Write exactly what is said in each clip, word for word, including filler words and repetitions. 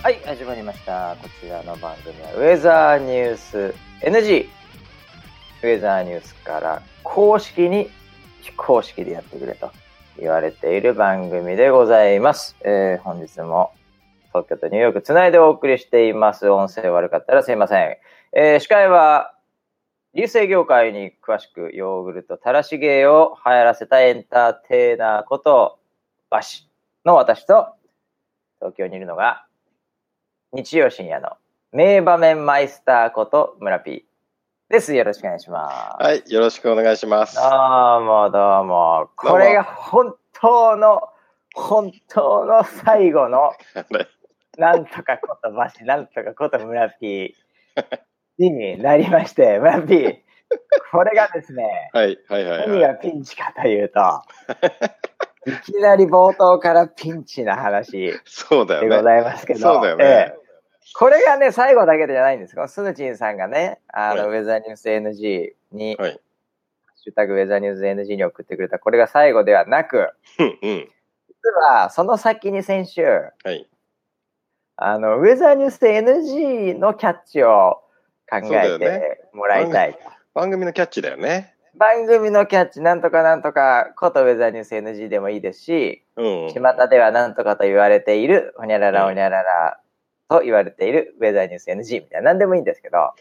はい、始まりました。こちらの番組はウェザーニュース エヌジー。ウェザーニュースから公式に非公式でやってくれと言われている番組でございます。えー、本日も東京とニューヨークつないでお送りしています。音声悪かったらすいません。えー、司会は流星業界に詳しくヨーグルトたらし芸を流行らせたエンターテイナーことバシの私と、東京にいるのが日曜深夜の名場面マイスターこと村 P です。よろしくお願いします。 はい、よろしくお願いします。 どうもどうも。これが本当の本当の最後のなんとかことバシ、なんとかこと村 P になりまして、村 P、これがですね、 はいはいはいはい、 何がピンチかというと、いきなり冒頭からピンチな話でございますけど、 そうだよね。 ええ、これがね、最後だけじゃないんですよ。スヌチンさんがね、あの、はい、ウェザーニュース エヌジー に、はい、ハッシュタグウェザーニュース エヌジー に送ってくれた、これが最後ではなく、うん、実はその先に先週、はい、あの、ウェザーニュース エヌジー のキャッチを考えてもらいたいと。 番組のキャッチだよね。 番組のキャッチ、なんとかなんとかことウェザーニュース エヌジー でもいいですし、うん、巷ではなんとかと言われている、ほにゃららほにゃららと言われているウェザーニュース エヌジー みたいな、なんでもいいんですけど、はい、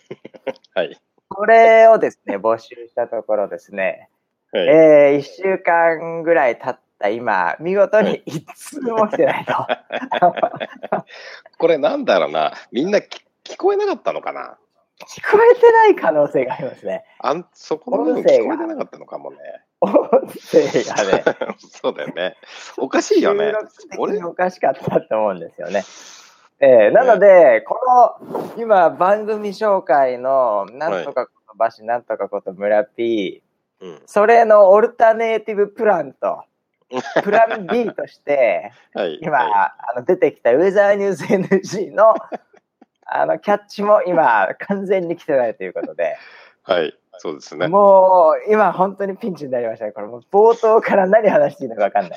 これをですね、募集したところですね、はい、えー、いっしゅうかんぐらい経った今、見事に一通も来てないと。 これなんだろうな、みんな聞こえなかったのかな。 聞こえてない可能性がありますね。 あんそこの部分聞こえてなかったのかもね。 音声がね。 そうだよね。おかしいよね。 収録的におかしかったと思うんですよね。えー、なので、ね、この今番組紹介のなんとかことばし、なんとかこと村 P、うん、それのオルタネイティブプランと、プラン B として、はい、今、はい、あの出てきたウェザーニュース エヌジー のあのキャッチも今完全に来てないということで、 はい、そうですね。 もう今本当にピンチになりましたね。これもう冒頭から何話していいのか分かんない。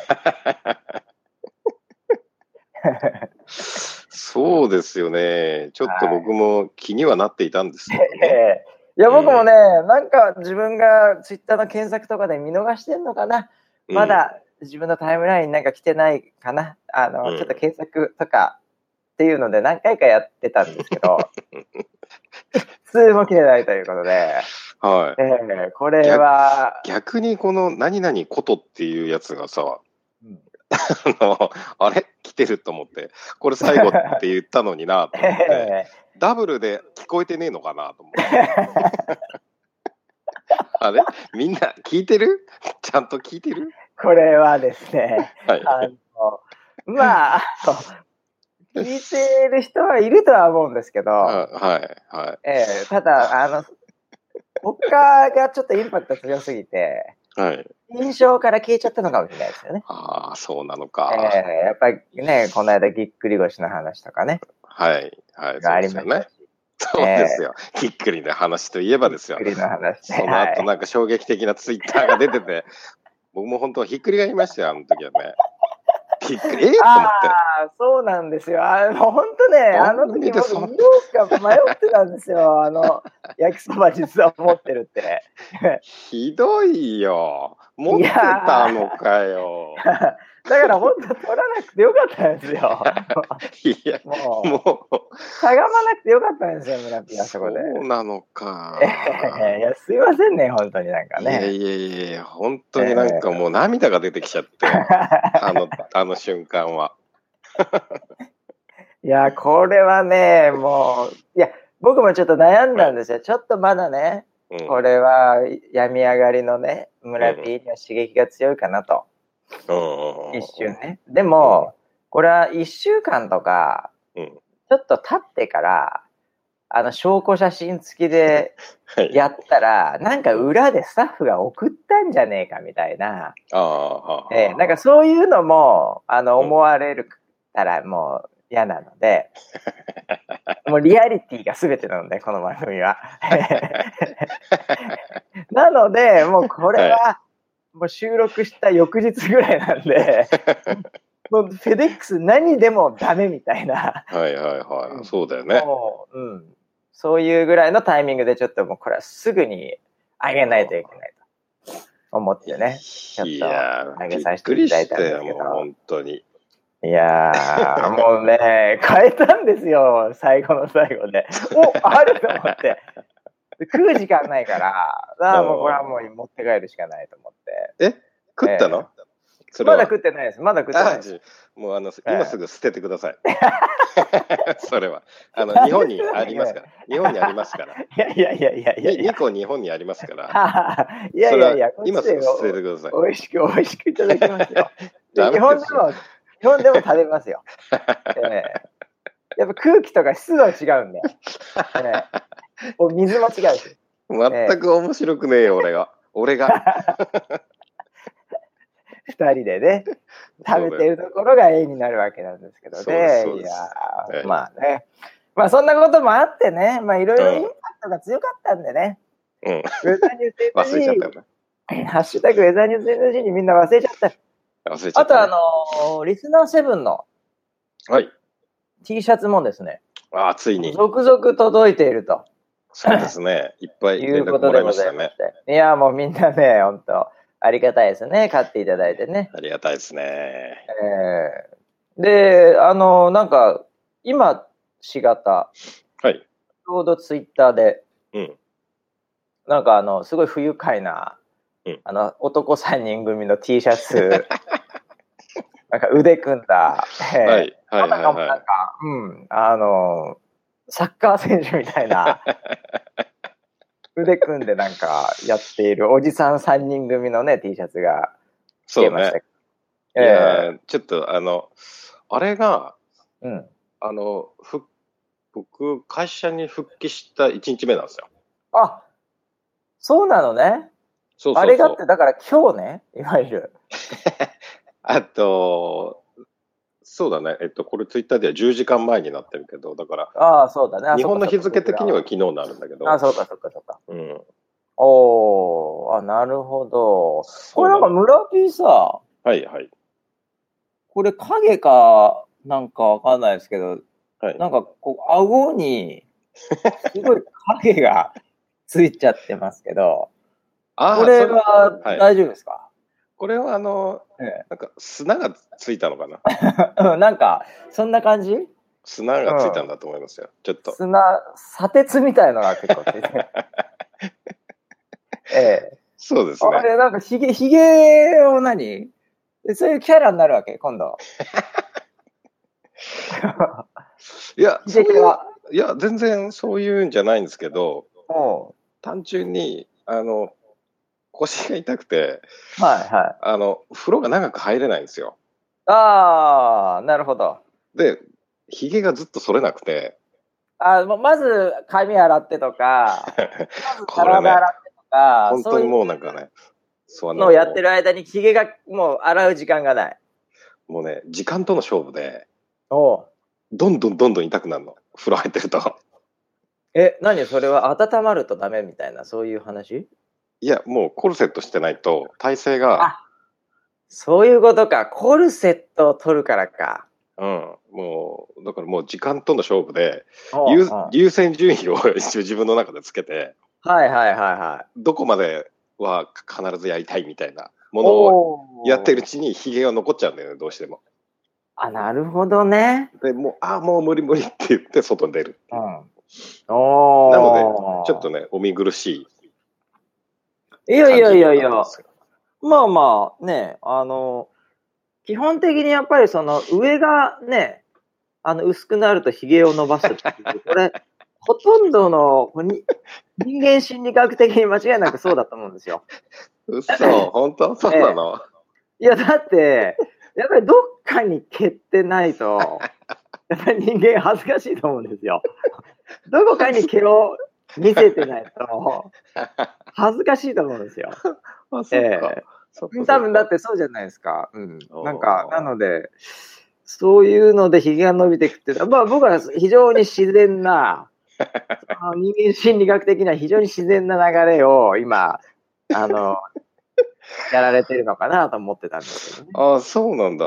そうですよね。ちょっと僕も気にはなっていたんですけどね。 はい、いや僕もね、うん、なんか自分がツイッターの検索とかで見逃してんのかな。まだ自分のタイムラインなんか来てないかな。あの、うん、ちょっと検索とかっていうので何回かやってたんですけど、普通も来てないということで、はい、えー、これは逆, 逆にこの何々ことっていうやつがさ、うん、あのあれ来てると思って、これ最後って言ったのになと思って、えー、ダブルで聞こえてねえのかなと思ってあれみんな聞いてる？ちゃんと聞いてる？ これはですね、はい、あのまあ聞いてる人はいるとは思うんですけど、 はいはい、 えー、ただあの他がちょっとインパクト強すぎて、はい、印象から消えちゃったのかもしれないですよね。 ああ、そうなのか。 えー、やっぱりね、この間ぎっくり腰の話とかね、 はいはい、がありましたね。そうですよ。えー、ぎっくりの話といえばですよ。 ぎっくりの話、 ね。その後なんか衝撃的なツイッターが出てて、僕も本当ひっくり返りましたよ、あの時はね。びっくり、えー、と思って。 ああ、そうなんですよ。あの、本当ね、あの時僕、言おうか迷ってたんですよ。あの、焼きそば実は持ってるって。 ひどいよ。持ってたのかよ。 だから本当取らなくてよかったんですよ。 いや、もう、もうしゃがまなくてよかったんですよ、村ピー、あそこで。 そうなのか。 いや、すいませんね、本当になんかね。 いやいやいや、本当になんかもう涙が出てきちゃって、あの、あの瞬間は。 いや、これはね、もう、いや、僕もちょっと悩んだんですよ。はい、ちょっとまだね、うん、これは病み上がりのね、村 P には刺激が強いかなと。うん、一瞬ね。でも、うん、これはいっしゅうかんとか、うん、ちょっと経ってから、あの、証拠写真付きでやったら、はい、なんか裏でスタッフが送ったんじゃねえかみたいな。あえー、なんかそういうのも、あの、思われるたらもう嫌なので、うん、もうリアリティが全てなので、この番組は。なので、もうこれは、もう収録した翌日ぐらいなんで、 もうフェデックス何でもダメみたいな。 はいはいはい。うん、そうだよね。 もう、うん。そういうぐらいのタイミングでちょっともうこれはすぐに上げないといけないと思ってね。ちょっと上げさせていただいたんですけど。 いやー、びっくりしたよ、もう本当に。 いやー、もうね、変えたんですよ、最後の最後で。お、あると思って。食う時間ないから、あもうこれはもう持って帰るしかないと思って。 え食ったの、えー、それまだ食ってないです。まだ食ってないです。 もうあの、今すぐ捨ててください。それは。あの、日本にありますから。日本にありますから。いやいやいやいやいやいや。 にこ日本にありますから。 いやいやいや、 今すぐ捨ててください。 美味しく美味しくいただきますよ。日本でも、日本でも食べますよ。えー、やっぱ空気とか湿度は違うんで。えー、お水も違うし。 全く面白くねえよ、俺が。俺が。 二人でね、食べてるところが絵になるわけなんですけどね。いや、ええ、まあね。まあそんなこともあってね、まあいろいろインパクトが強かったんでね。 うん。 ウェザーニュース エヌジー。 忘れちゃったよね。 ハッシュタグウェザーニュース エヌジー にみんな忘れちゃった。 忘れちゃった、ね。 あとあの、リスナーセブンのはい。 T シャツもですね。 ああ、ついに。 続々届いていると。 そうですね。いっぱい連絡もらいましたね。 いや、もうみんなね、本当ありがたいですね。買っていただいてね。 ありがたいですね。 えー、で、あの、なんか、今しがた、 はい。 ちょうどツイッターで、 うん。 なんかあの、すごい不愉快な、うん、あの、男さんにん組の T シャツ、なんか腕組んだ、 えー、はい、はい、はい。 なんか、うん、あの、サッカー選手みたいな、腕組んでなんかやっているおじさんさんにん組のね T シャツが着けました。 そうね。えー、いやちょっとあのあれが、 うん、 あのふ僕会社に復帰したいちにちめなんですよ。 あ、そうなのね。そうそうそう、あれがってだから今日ね、いわゆる。 あとそうだね、えっと、これツイッターではじゅうじかんまえになってるけど、だから、 ああ、そうだね。 日本の日付的には昨日になるんだけど。 あ、そうか、そうか、そうか。 うん。 おー、あ、なるほど。これなんか村 P さ、 はいはい。 これ影かなんかわかんないですけど、はい、なんかこう、顎に、すごい影がついちゃってますけど、あこれは大丈夫ですか？はい、 これはあの、ええ、なんか砂がついたのかななんか、そんな感じ？ 砂がついたんだと思いますよ。うん、ちょっと。 砂、砂鉄みたいのが結構ついてる。ええ。 そうですね。 あれ、なんかひげ、ひげを何？そういうキャラになるわけ今度。 いや、そういういや、全然そういうんじゃないんですけど、単純に、あの、腰が痛くて、 はいはい。 あの、風呂が長く入れないんですよ。 ああ、なるほど。 で、ひげがずっと剃れなくて。 あまず髪洗ってとか、まず体洗ってとか、 本当にもうなんかね、 そうのをやってる間にひげがもう洗う時間がない。 もうね、時間との勝負で、 おどんどんどんどん痛くなるの。風呂入ってると。 え、何それは温まるとダメみたいな、そういう話？ いや、もうコルセットしてないと体勢が。 あ、そういうことか。コルセットを取るからか。 うん。もう、だからもう時間との勝負で、優, 優先順位を一応自分の中でつけて、 はいはいはいはい。 どこまでは必ずやりたいみたいなものをやってるうちにヒゲが残っちゃうんだよね、どうしても。 あ、なるほどね。 で、もう、あ、もう無理無理って言って外に出るっていう。うん、 おなので、ちょっとね、お見苦しい。 いやいやいやいや、まあまあね、あの、基本的にやっぱりその上がね、あの薄くなるとヒゲを伸ばすっていう、これ、ほとんどの人間心理学的に間違いなくそうだと思うんですよ。 嘘、本当そうなの、 えー、いや、だって、やっぱりどっかに毛ってないと、やっぱり人間恥ずかしいと思うんですよ。どこかに毛を見せてないと、恥ずかしいと思うんですよ。 あ、そうか。えー、多分だってそうじゃないですか。うん。なんか、なので、そういうのでひげが伸びていくって、まあ僕は非常に自然な、人間心理学的には非常に自然な流れを今、あの、やられてるのかなと思ってたんですけどね。 ああ、そうなんだ。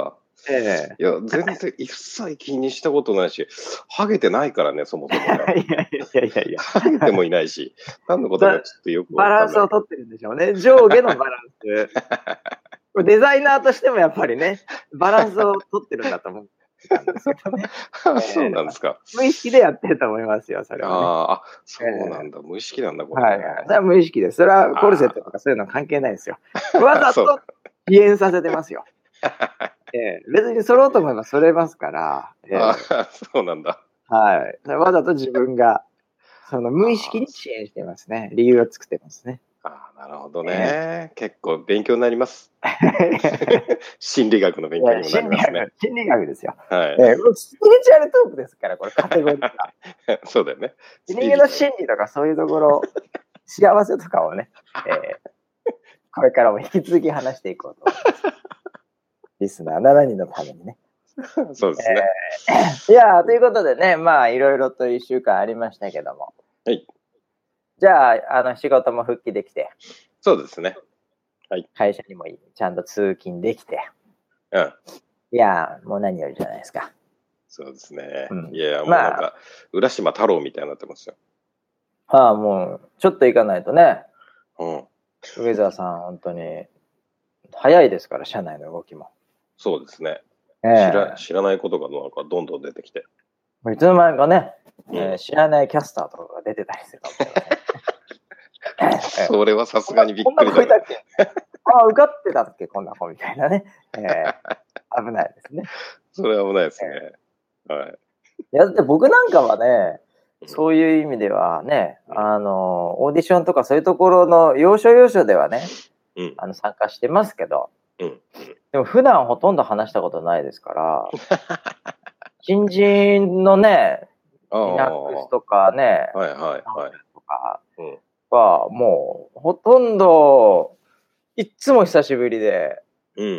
えいや、全然一切気にしたことないし、ハゲてないからね、そもそもね。 いやいやいやいや。 ハゲてもいないし、何のことかちょっとよくバわかんない。 ランスをとってるんでしょうね。上下のバランス。これデザイナーとしてもやっぱりね、バランスをとってるんだと思ったんですけどね。 そうなんですか。 無意識でやってると思いますよ、それはね。 ああ、そうなんだ。無意識なんだ、これ、 はいはい。それは無意識です。それはコルセットとかそういうの関係ないですよ。わざそうと鼻炎させてますよ。ええ、別に揃おうと思えば揃えますから。ええ、 ああ、そうなんだ。 はい。わざと自分が、その無意識に支援してますね。理由を作ってますね。 ああ、なるほどね。結構勉強になります。心理学の勉いや強にもなりますね。 心理学ですよ。 はい。 えー、スピリチュアルトークですから、これカテゴリーが。 そうだよね。 人間の心理とかそういうところ、幸せとかをね、えー、これからも引き続き話していこうと思います。リスナーしちにんのためにね。 そうですね。 えー、いやー、ということでね、まあ、いろいろといっしゅうかんありましたけども。 はい。 じゃあ、あの、仕事も復帰できて。 そうですね。はい。 会社にもちゃんと通勤できて。 うん。 いやー、もう何よりじゃないですか。 そうですね。 うん、 いや、もうなんか、まあ、浦島太郎みたいになってますよ。 ああ、もう、ちょっと行かないとね。 うん。 ウェザーさん、本当に、早いですから、社内の動きも。 そうですね。 えー、 知ら知らないことがなんかどんどん出てきて。 いつの間にかね、 うん、 えー、知らないキャスターとかが出てたりするかもしれません。それはさすがにびっくりだ、ね。 こんな子いたっけああ、受かってたっけこんな子みたいなね。えー、危ないですね。 それは危ないですね。えー、はい。 いや、だって僕なんかはね、そういう意味ではね、あの、オーディションとかそういうところの要所要所ではね、うん、あの参加してますけど、うん、でも普段ほとんど話したことないですから、新人のね、リナックスとかね、 はいはいはい。 とかはもうほとんどいっつも久しぶりで、うんうん、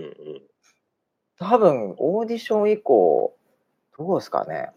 多分オーディション以降、どうですかね。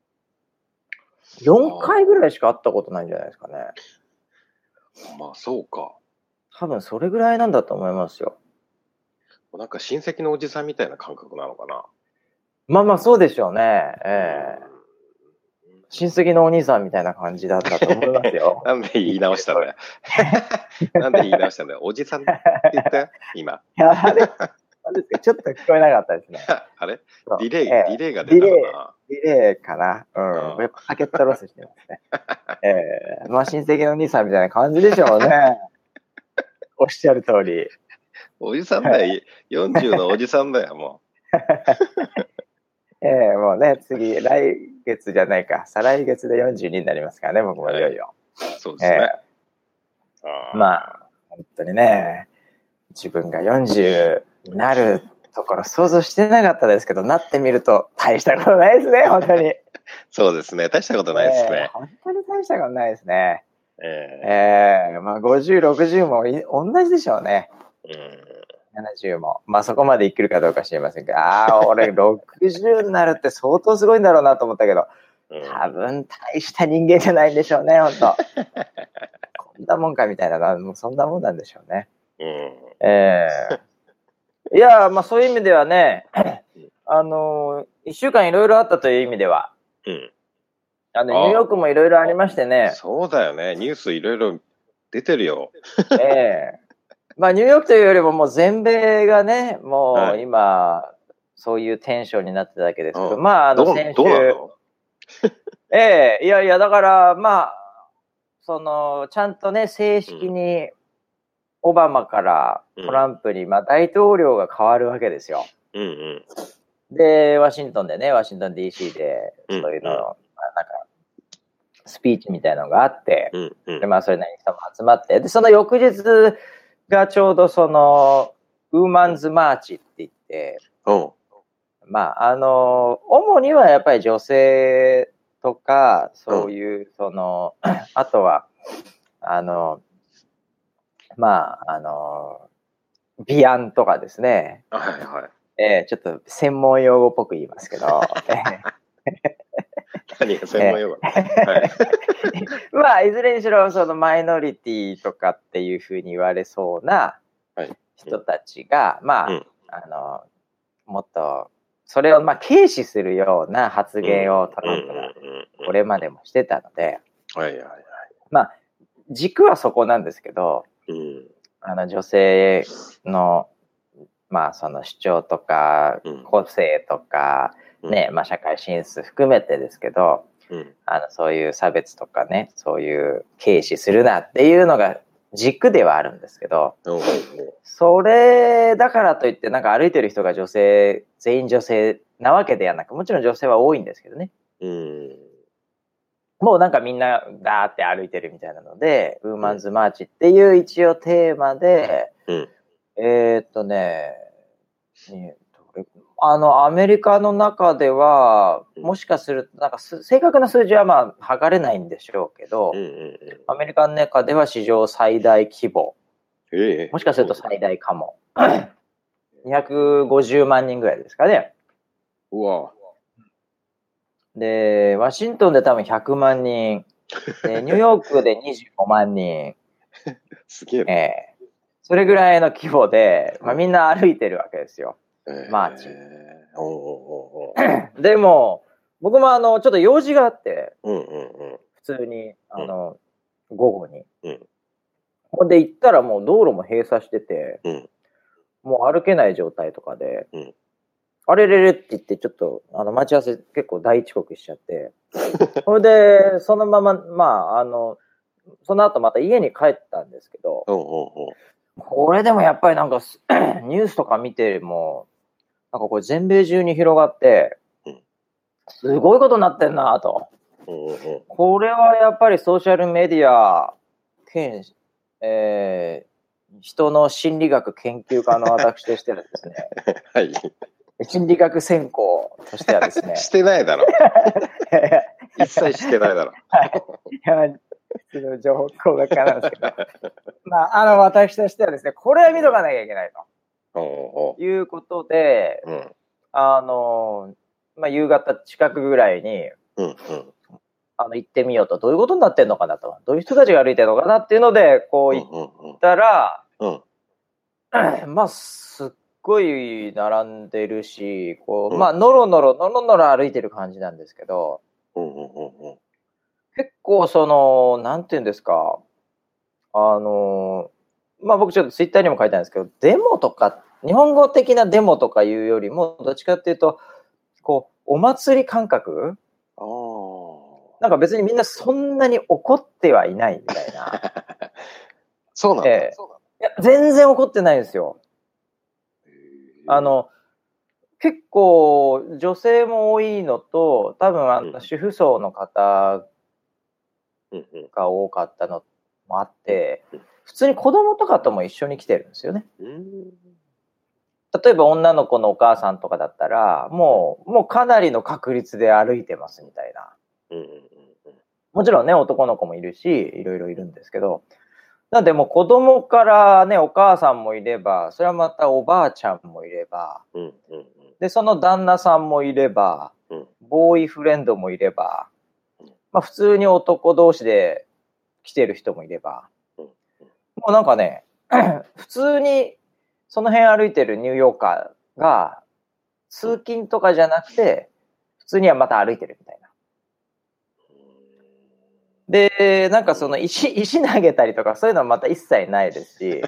よんかいぐらいしか会ったことないんじゃないですかね。 まあそうか。 多分それぐらいなんだと思いますよ。 なんか親戚のおじさんみたいな感覚なのかな。 まあまあそうでしょうね。えー親戚のお兄さんみたいな感じだったと思いますよ。 なんで言い直したんだよ。なんで言い直したんだよ。おじさんって言ったよ、今。 いや、あれ、あれちょっと聞こえなかったですね。 あれディレイ、えー、ディレイが出たかな。 ディレイかな。うん。うん、やっぱパケットロスしてますね。えー、まあ親戚のお兄さんみたいな感じでしょうね。おっしゃる通り。 おじさんだよ。よんじゅうのおじさんだよ、もう。 ええー、もうね、次、来月じゃないか、再来月でよんじゅうにになりますからね、僕もいよいよ。 はい、そうですね。 えー、あまあ、本当にね、自分がよんじゅうになるところ想像してなかったですけど、なってみると大したことないですね、本当に。 そうですね、大したことないですね。 えー、本当に大したことないですね。 えー、 えー、まあごじゅう、ろくじゅうも同じでしょうね。うんななじゅうも。まあそこまで生きるかどうか知りませんけど、ああ、俺ろくじゅうになるって相当すごいんだろうなと思ったけど、多分大した人間じゃないんでしょうね、ほんと。こんなもんかみたいな、もうそんなもんなんでしょうね。うん、えー、いや、まあそういう意味ではね、あの、いっしゅうかんいろいろあったという意味では、うん、あのニューヨークもいろいろありましてね。 そうだよね、ニュースいろいろ出てるよ。 ええーまあ、ニューヨークというよりももう全米がね、もう今、はい、そういうテンションになってただけですけど、うん、まあ、あの、先週、ええ、いやいや、だから、まあ、その、ちゃんとね、正式にオバマからトランプに、うん、まあ、大統領が変わるわけですよ。うんうん、で、ワシントンでね、ワシントン ディーシー で、そういうの、うんうん、なんか、スピーチみたいなのがあって、うんうん、で、まあ、それなりに人も集まって、で、その翌日、がちょうどそのウーマンズマーチって言って、うん、まああの主にはやっぱり女性とかそういう、うん、そのあとはあのまああのビアンとかですね、 はいはい、 えー、ちょっと専門用語っぽく言いますけど。 何が専門用語、はい、 まあいずれにしろそのマイノリティとかっていうふうに言われそうな人たちが、はい、まあ、うん、あのもっとそれをまあ軽視するような発言をトランプがこれまでもしてたので、 はいはいはい。 まあ軸はそこなんですけど、うん、あの女性のまあその主張とか個性とかね、うん、まあ社会進出含めてですけど、うん、あのそういう差別とかね、そういう軽視するなっていうのが軸ではあるんですけど、うん、それだからといってなんか歩いてる人が女性、全員女性なわけではなく、もちろん女性は多いんですけどね。うん、もうなんかみんなガーって歩いてるみたいなので、ウーマンズマーチっていう一応テーマで、うん、えー、っとね、あの、アメリカの中では、もしかすると、なんか正確な数字はまあ測れないんでしょうけど、うんうんうん、アメリカの中では史上最大規模。えー、もしかすると最大かも。にひゃくごじゅうまんにんぐらいですかね。うわ。で、ワシントンで多分ひゃくまんにん。で、ニューヨークでにじゅうごまんにん。 すげえな。 えー。それぐらいの規模で、まあ、みんな歩いてるわけですよ。マーチ。えー、おうおうおうでも、僕もあの、ちょっと用事があって、うんうんうん、普通に、あの、うん、午後に。ほ、うん、で行ったらもう道路も閉鎖してて、うん、もう歩けない状態とかで、うん、あれれれって言ってちょっと、あの、待ち合わせ結構大遅刻しちゃって、それで、そのまま、まあ、あの、その後また家に帰ったんですけど、おうおうおうこれでもやっぱりなんか、ニュースとか見ても、なんかこれ全米中に広がって、すごいことになってんなと。これはやっぱりソーシャルメディア兼、えー、人の心理学研究家の私としてはですね、はい、心理学専攻としてはですね。 してないだろ。一切してないだろ。はい。 いや、普通の情報工学科なんですけど、まあ、あの、私としてはですね、これは見とかなきゃいけないと。いうことで、うん、あの、まあ、夕方近くぐらいに、うんうん、あの行ってみようと、どういうことになってんのかなと、どういう人たちが歩いてるのかなっていうので、こう行ったら、うんうんうん、まあ、すっごい並んでるし、こう、まあ、のろのろ、のろのろ歩いてる感じなんですけど、うんうんうんうん、結構その、なんていうんですか、あの、まあ僕ちょっとツイッターにも書いたんですけど、デモとか、日本語的なデモとかいうよりも、どっちかっていうと、こう、お祭り感覚？あなんか別にみんなそんなに怒ってはいないみたいな。 そうなんだ、えー、 いや、全然怒ってないんですよ。あの、結構女性も多いのと、多分あの主婦層の方が多かったのもあって、普通に子供とかとも一緒に来てるんですよね。例えば女の子のお母さんとかだったら、もう、もうかなりの確率で歩いてますみたいな。もちろんね、男の子もいるし、いろいろいるんですけど、なんでもう子供からね、お母さんもいれば、それはまたおばあちゃんもいれば、で、その旦那さんもいれば、ボーイフレンドもいれば、まあ普通に男同士で来てる人もいれば、もうなんかね、普通にその辺歩いてるニューヨーカーが通勤とかじゃなくて、普通にはまた歩いてるみたいな。で、なんかその石、石投げたりとかそういうのはまた一切ないですし。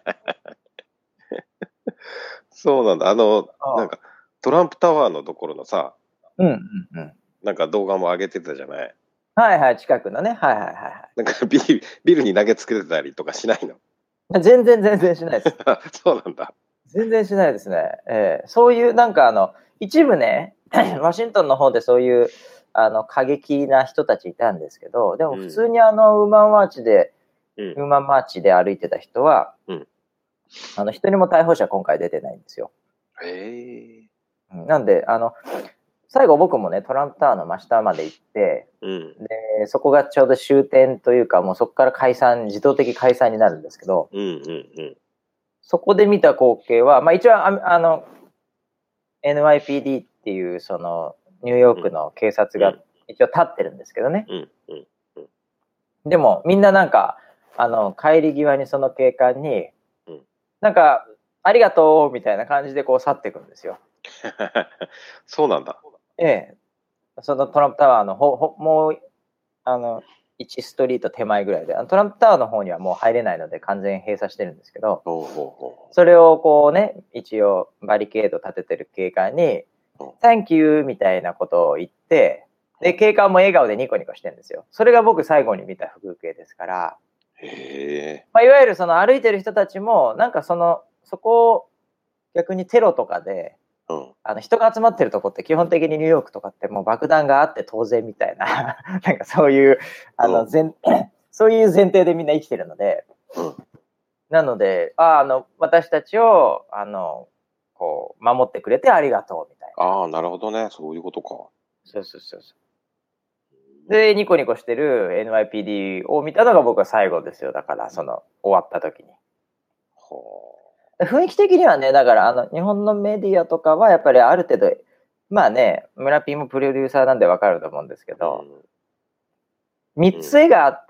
そうなんだ。あの、あなんかトランプタワーのところのさ、 うんうんうん。 なんか動画も上げてたじゃない。 はいはい、近くのね。はいはいはい。 なんかビル、ビルに投げつけてたりとかしないの？ 全然全然しないです。 そうなんだ。 全然しないですね。えー、そういうなんかあの、一部ね、ワシントンの方でそういう、あの、過激な人たちいたんですけど、でも普通にあの、ウーマンマーチで、うん、ウーマンマーチで歩いてた人は、うん、あの、一人も逮捕者今回出てないんですよ。へえ。なんで、あの、最後僕もね、トランプタワーの真下まで行って、うん、で、そこがちょうど終点というか、もうそこから解散、自動的解散になるんですけど、うんうんうん、そこで見た光景は、まあ一応あ、あの、エヌワイピーディー っていう、その、ニューヨークの警察が一応立ってるんですけどね。うんうんうん、でも、みんななんか、あの、帰り際にその警官に、なんか、ありがとうみたいな感じでこう去っていくんですよ。 そうなんだ。 ええ。そのトランプタワーのほほもうあのいちストリート手前ぐらいで、トランプタワーの方にはもう入れないので完全閉鎖してるんですけど、 ほうほうほう。 それをこうね、一応バリケード立ててる警官に、Thank you みたいなことを言って、で、警官も笑顔でニコニコしてるんですよ。それが僕最後に見た風景ですから、 へまあ、いわゆるその歩いてる人たちも、なんかその、そこを逆にテロとかで、うん、あの人が集まってるとこって基本的にニューヨークとかってもう爆弾があって当然みたいな、なんかそういう、あの前、うん、そういう前提でみんな生きてるので、うん、なので、あ、あの、私たちを、あの、こう、守ってくれてありがとうみたいな。 ああ、なるほどね。そういうことか。 そうそうそうそう。で、ニコニコしてる エヌワイピーディー を見たのが僕は最後ですよ。だから、その、終わった時に。ほう。雰囲気的にはね、だからあの日本のメディアとかはやっぱりある程度、まあね、村ピーもプロデューサーなんでわかると思うんですけど、みっつ絵があって、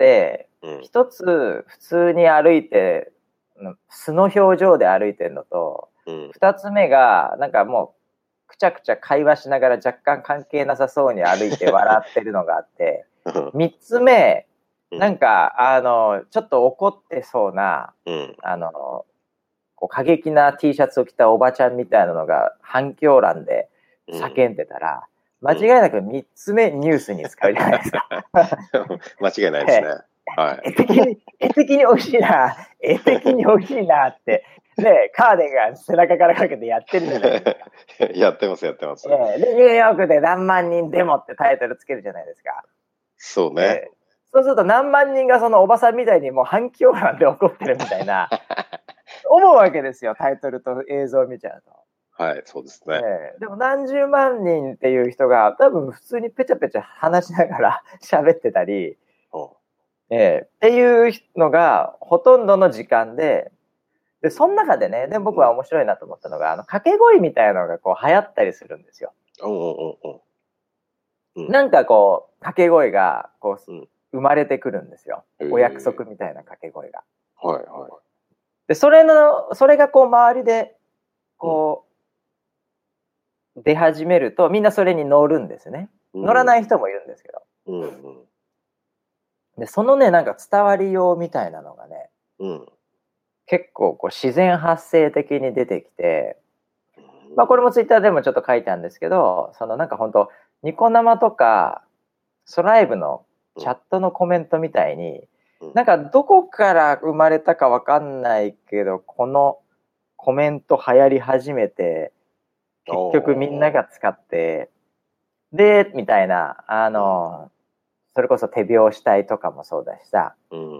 ひとつ普通に歩いて、素の表情で歩いてるのと、ふたつめがなんかもうくちゃくちゃ会話しながら若干関係なさそうに歩いて笑ってるのがあって、みっつめ、なんかあの、ちょっと怒ってそうな、あの、こう過激な T シャツを着たおばちゃんみたいなのが反響欄で叫んでたら、うん、間違いなくみっつめニュースに使うじゃないですか。 間違いないですね。はい。 絵的に、絵的に美味しいな、絵的に美味しいなって、ね、カーデンが背中からかけてやってるじゃないですか。 やってます、やってます。 えー、で、ニューヨークで何万人デモってタイトルつけるじゃないですか。 そうね。 えー、そうすると何万人がそのおばさんみたいにもう反響欄で怒ってるみたいな。思うわけですよ、タイトルと映像を見ちゃうと。はい、そうですね。 えー、でも何十万人っていう人が多分普通にペチャペチャ話しながら喋ってたり、えー、っていうのがほとんどの時間で、で、その中でね、で僕は面白いなと思ったのが、あの、掛け声みたいなのがこう流行ったりするんですよ。 おうおうおううん、なんかこう、掛け声がこう、うん、生まれてくるんですよ。お約束みたいな掛け声が。 はいはい。 で、それの、それがこう周りで、こう、うん、出始めると、みんなそれに乗るんですね。乗らない人もいるんですけど。うんうん、で、そのね、なんか伝わりようみたいなのがね、うん、結構こう自然発生的に出てきて、まあこれもツイッターでもちょっと書いてあるんですけど、そのなんか本当ニコ生とか、ソライブのチャットのコメントみたいに、なんかどこから生まれたかわかんないけど、このコメント流行り始めて、結局みんなが使って、で、みたいな、あの、それこそ手拍子隊とかもそうだしさ、うんうんうん、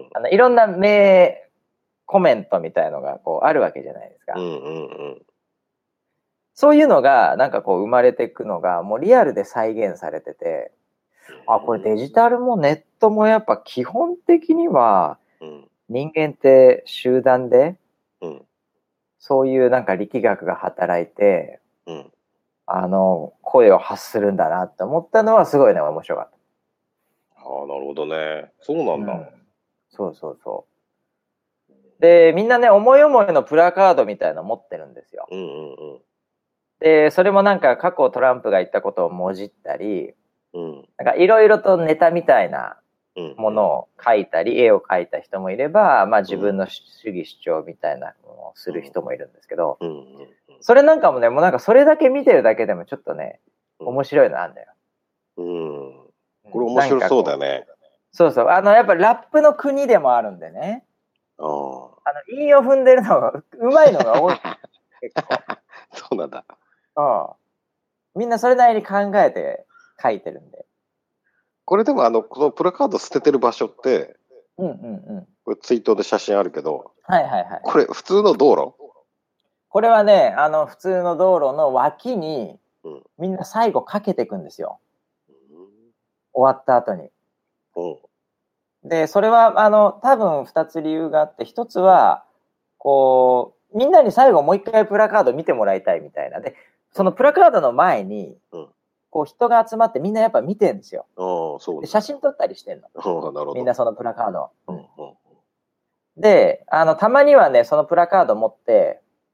あのいろんな名コメントみたいのがこうあるわけじゃないですか。うんうんうん、そういうのがなんかこう生まれていくのがもうリアルで再現されてて、あ、これデジタルもネットもやっぱ基本的には人間って集団でそういうなんか力学が働いて、あの声を発するんだなって思ったのはすごいね面白かった。 ああ、なるほどね。そうなんだ。うん、 そうそうそう。で、みんなね、思い思いのプラカードみたいなの持ってるんですよ。うんうんうん、で、それもなんか過去トランプが言ったことをもじったり、うん、なんかいろいろとネタみたいなものを描いたり、うんうん、絵を描いた人もいれば、まあ自分の主義主張みたいなものをする人もいるんですけど、うんうんうん、それなんかもね、もうなんかそれだけ見てるだけでもちょっとね、面白いのあるんだよ。 うんこれ面白そうだね。 そうそう。あの、やっぱラップの国でもあるんでね。あの、韻を踏んでるのが、うまいのが多い。結構。 そうなんだ。 うん。みんなそれなりに考えて書いてるんで。 これでも、あの、このプラカード捨ててる場所って、 うんうんうん。 これツイートで写真あるけど、 はいはいはい。 これ普通の道路？ これはね、あの、普通の道路の脇に、みんな最後かけていくんですよ。終わった後に。うん、で、それは、あの、多分二つ理由があって、一つは、こう、みんなに最後もう一回プラカード見てもらいたいみたいな。で、そのプラカードの前に、うん、こう人が集まってみんなやっぱ見てるんですよ。 ああ、そうで写真撮ったりしてんの。 ああ、なるほど。 みんなそのプラカード。うんうん、で、あの、たまにはね、そのプラカード持って、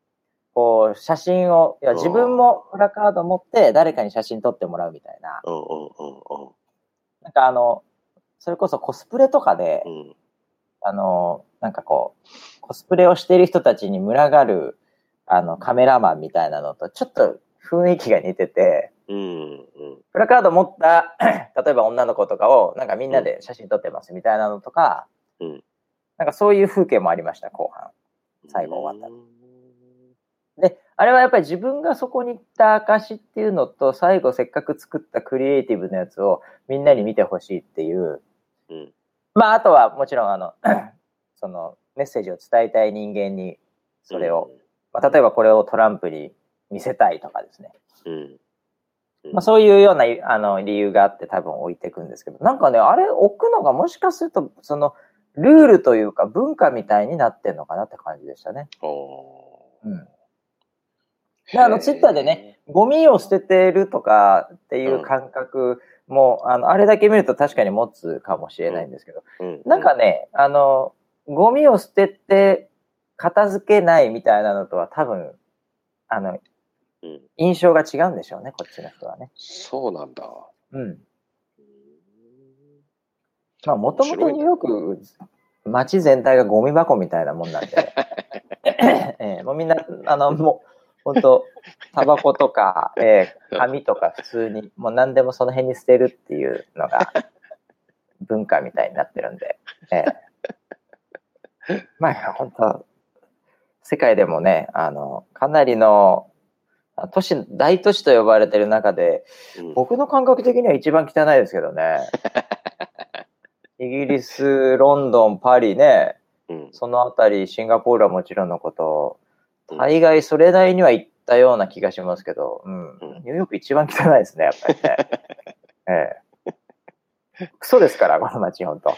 こう、写真を、いや自分もプラカード持って誰かに写真撮ってもらうみたいな。なんかあの、それこそコスプレとかで、うん、あの、なんかこう、コスプレをしている人たちに群がる、あの、カメラマンみたいなのと、ちょっと雰囲気が似てて、うんうん、プラカード持った、例えば女の子とかを、なんかみんなで写真撮ってますみたいなのとか、うん、なんかそういう風景もありました、後半。最後終わった。で、あれはやっぱり自分がそこに行った証っていうのと、最後せっかく作ったクリエイティブなやつをみんなに見てほしいっていう、うん、まあ、あとはもちろん、あの、そのメッセージを伝えたい人間に、それを、うん、まあ、例えばこれをトランプに見せたいとかですね。うんうん、まあ、そういうようなあの理由があって多分置いていくんですけど、なんかね、あれ置くのがもしかすると、その、ルールというか文化みたいになってんのかなって感じでしたね。うん。で、あの、ツイッターでね、ゴミを捨ててるとかっていう感覚も、うん、あの、あれだけ見ると確かに持つかもしれないんですけど、うんうん、なんかね、あの、ゴミを捨てて片付けないみたいなのとは多分、あの、うん、印象が違うんでしょうね、こっちの人はね。 そうなんだ。 うん。まあ、もともとニューヨーク、街全体がゴミ箱みたいなもんなんで、えー、もうみんな、あの、もう、本当タバコとか、えー、紙とか普通に、もう何でもその辺に捨てるっていうのが文化みたいになってるんで、えー、まあ、本当世界でもね、あの、かなりの、都市、大都市と呼ばれてる中で、うん、僕の感覚的には一番汚いですけどね。イギリス、ロンドン、パリね、うん、そのあたり、シンガポールはもちろんのこと、大概それなりには行ったような気がしますけど、うん、ニューヨーク一番汚いですね、やっぱりね。ええ、クソですから、この街、本当。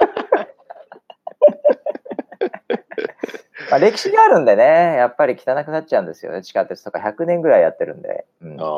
まあ歴史があるんでね、やっぱり汚くなっちゃうんですよね、地下鉄とかひゃくねんぐらいやってるんで。うん、あ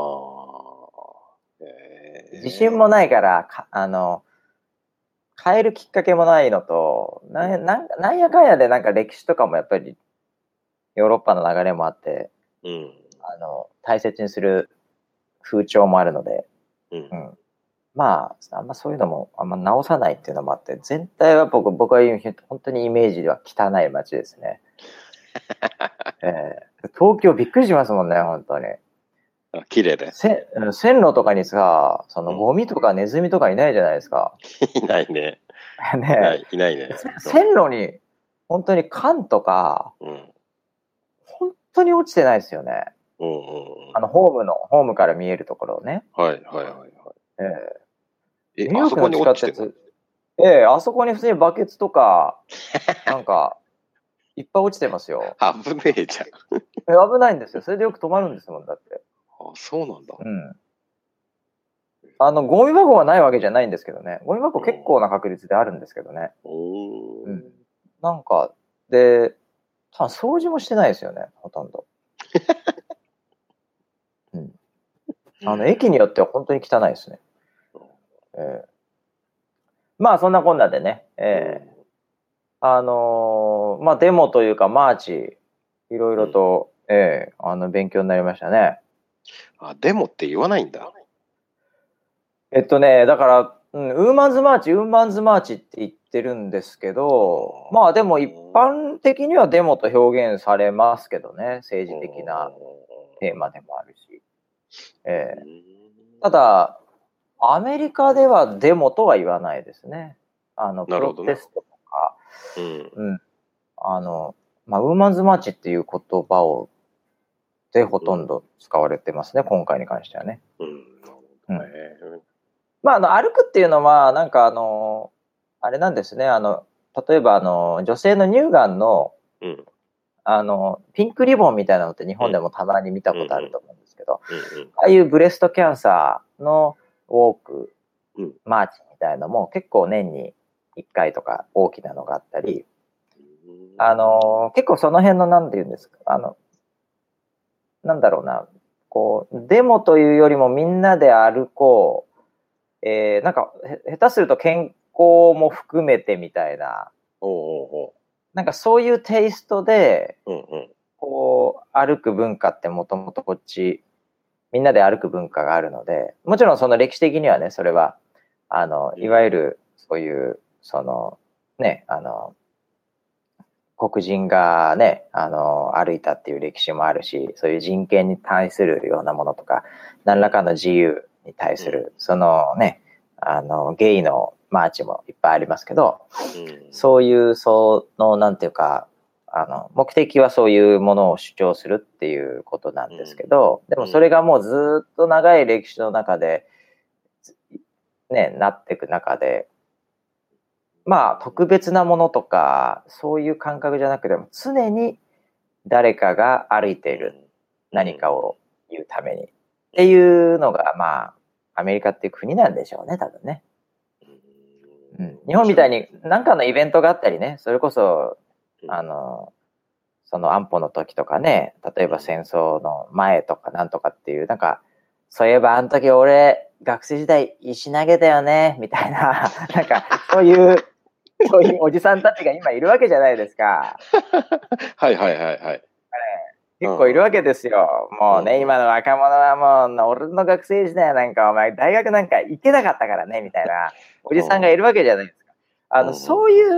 えー、自信もないからか、あの、変えるきっかけもないのと、な、な、なんやかんやでなんか歴史とかもやっぱりヨーロッパの流れもあって、うん、あの、大切にする風潮もあるので、うんうん、まあ、あんまそういうのもあんま直さないっていうのもあって、全体は僕、僕は言う本当にイメージでは汚い街ですね。えー、東京びっくりしますもんね、本当に。 あ、綺麗で。 せ線路とかにさ、そのゴミとかネズミとかいないじゃないですか。 いないね。 ねいない、いないね。 線路に本当に缶とか、うん、本当に落ちてないですよね。うんうんうん、あのホームの、ホームから見えるところをね。 はいはいはいはい。えー、え、ニューヨークの地下鉄、ええー、あそこに普通にバケツとか、なんか、いっぱい落ちてますよ。 危ねえじゃん。 危ないんですよ。それでよく止まるんですもん、だって。 あ、そうなんだ。 うん。あの、ゴミ箱はないわけじゃないんですけどね。ゴミ箱結構な確率であるんですけどね。うん。なんか、で、多分掃除もしてないですよね、ほとんど。うん。あの、駅によっては本当に汚いですね。えー、まあ、そんなこんなでね、えー、あのー、まあ、デモというか、マーチ、いろいろと、うん、えー、あの、勉強になりましたね。 あ、デモって言わないんだ。 えっとね、だから、うん、ウーマンズマーチ、ウーマンズマーチって言ってるんですけど、まあでも一般的にはデモと表現されますけどね、政治的なテーマでもあるし。えー、ただ、アメリカではデモとは言わないですね。あの、プロテストとか、うん、うん。あの、まあ、ウーマンズマーチっていう言葉を、でほとんど使われてますね、うん、今回に関してはね。うん。うん、まあ、あの、歩くっていうのは、なんかあの、あれなんですね、あの、例えばあの、女性の乳がんの、うん、あの、ピンクリボンみたいなのって日本でもたまに見たことあると思うんですけど、うんうん、ああいうブレストキャンサーのウォーク、うん、マーチみたいのも結構年にいっかいとか大きなのがあったり、あの、結構その辺のなんて言うんですか、あの、なんだろうな、こう、デモというよりもみんなで歩こう、えー、なんか下手すると健康も含めてみたいな、おうおうおう、なんかそういうテイストで、うんうん、 こう、歩く文化ってもともとこっち、みんなで歩く文化があるので、もちろんその歴史的にはね、それは、あの、いわゆる、そういう、その、ね、あの、黒人がね、あの、歩いたっていう歴史もあるし、そういう人権に対するようなものとか、何らかの自由に対する、そのね、あの、ゲイのマーチもいっぱいありますけど、そういう、その、なんていうか、あの、目的はそういうものを主張するっていうことなんですけど、でもそれがもうずっと長い歴史の中で、ね、なっていく中で、まあ、特別なものとか、そういう感覚じゃなくても、常に誰かが歩いている。何かを言うために。っていうのが、まあ、アメリカっていう国なんでしょうね、多分ね。うん、日本みたいに何かのイベントがあったりね、それこそ、あの、その安保の時とかね、例えば戦争の前とかなんとかっていう、なんか、そういえばあの時俺、学生時代石投げたよね、みたいな、なんか、そういう、そういうおじさんたちが今いるわけじゃないですか。 はいはいはいはい。 結構いるわけですよ。もうね、今の若者はもう、俺の学生時代なんかお前大学なんか行けなかったからね、みたいなおじさんがいるわけじゃないですか。あの、そういう、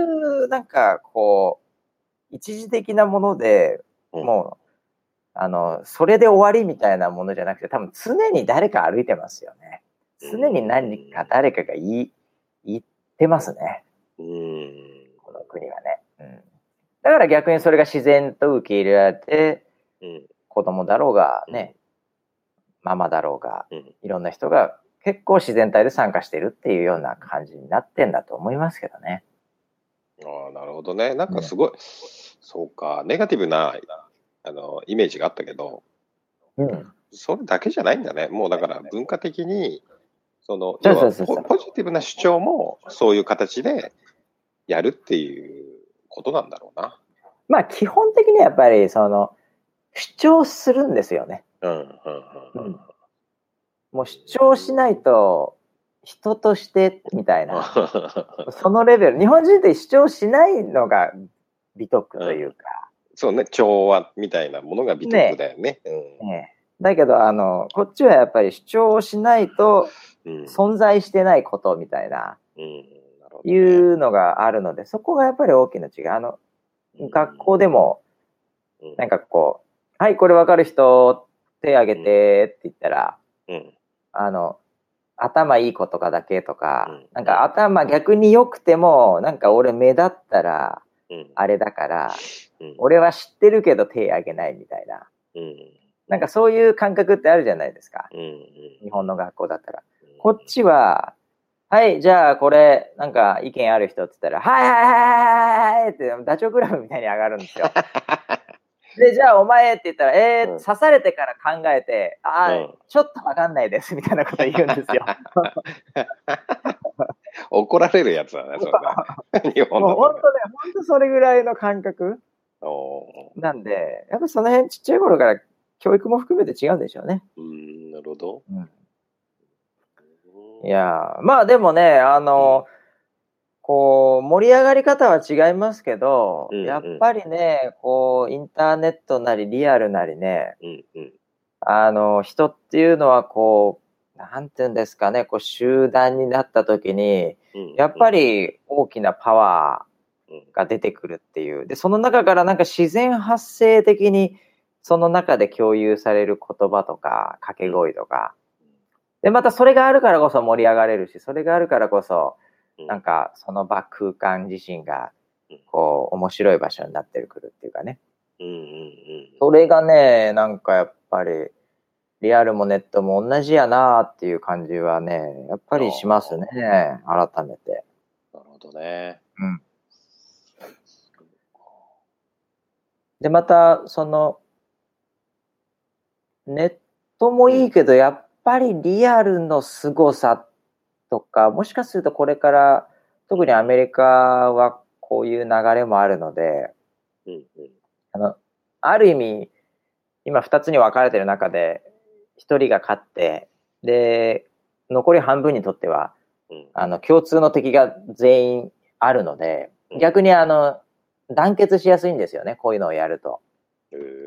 なんかこう、一時的なもので、もう、あの、それで終わりみたいなものじゃなくて、多分常に誰か歩いてますよね。常に何か誰かが言い、言ってますね。この国はね。うん、だから逆にそれが自然と受け入れられて、うん、子供だろうがね、ママだろうが、いろんな人が結構自然体で参加しているっていうような感じになってんだと思いますけどね。 ああ、なるほどね。なんかすごい、うん、そうか、ネガティブなあのイメージがあったけど、うん、それだけじゃないんだね。もうだから文化的に、その要はポジティブな主張もそういう形でやるっていうことなんだろうな。 まあ基本的にはやっぱりその主張するんですよね。うんうんうんうん、もう主張しないと人としてみたいなそのレベル、日本人って主張しないのが美徳というか、 うん、そうね、調和みたいなものが美徳だよね。ねうん、ねだけどあのこっちはやっぱり主張しないと存在してないことみたいな、うんうん、なるほどね、いうのがあるので、そこがやっぱり大きな違い。あの学校でもなんかこう、はい、これわかる人手挙げてって言ったら、うん、あの頭いい子とかだけとか、うん、なんか頭逆に良くてもなんか俺目立ったらあれだから、うん、俺は知ってるけど手挙げないみたいな、うん、なんかそういう感覚ってあるじゃないですか、うん、日本の学校だったら、うん、こっちははいじゃあこれなんか意見ある人って言ったらはいはいはいはいはいってダチョウ倶楽部みたいに上がるんですよで、じゃあお前って言ったら、えー、うん、刺されてから考えて、ああ、うん、ちょっとわかんないですみたいなこと言うんですよ。 怒られるやつだね、それね。日本だと、ね。 もう本当ね、本当それぐらいの感覚なんで、やっぱその辺ちっちゃい頃から教育も含めて違うんでしょうね。 うん、なるほど。うん、 いや、まあでもね、あの、うんこう盛り上がり方は違いますけど、うんうん、やっぱりね、こうインターネットなりリアルなりね、うんうん、あの人っていうのはこうなんていうんですかね、こう集団になった時に、うんうん、やっぱり大きなパワーが出てくるっていう。でその中からなんか自然発生的にその中で共有される言葉とか掛け声とか、でまたそれがあるからこそ盛り上がれるし、それがあるからこそなんかその場空間自身がこう面白い場所になってくるっていうかね、うんうんうん、それがねなんかやっぱりリアルもネットも同じやなっていう感じはねやっぱりしますね、改めて。 なるほどね。うん。 でまたそのネットもいいけど、やっぱりリアルの凄さとか、もしかするとこれから特にアメリカはこういう流れもあるので、うんうん、あのある意味今ふたつに分かれてる中でひとりが勝ってで残り半分にとっては、うん、あの共通の敵が全員あるので、逆にあの団結しやすいんですよね、こういうのをやると。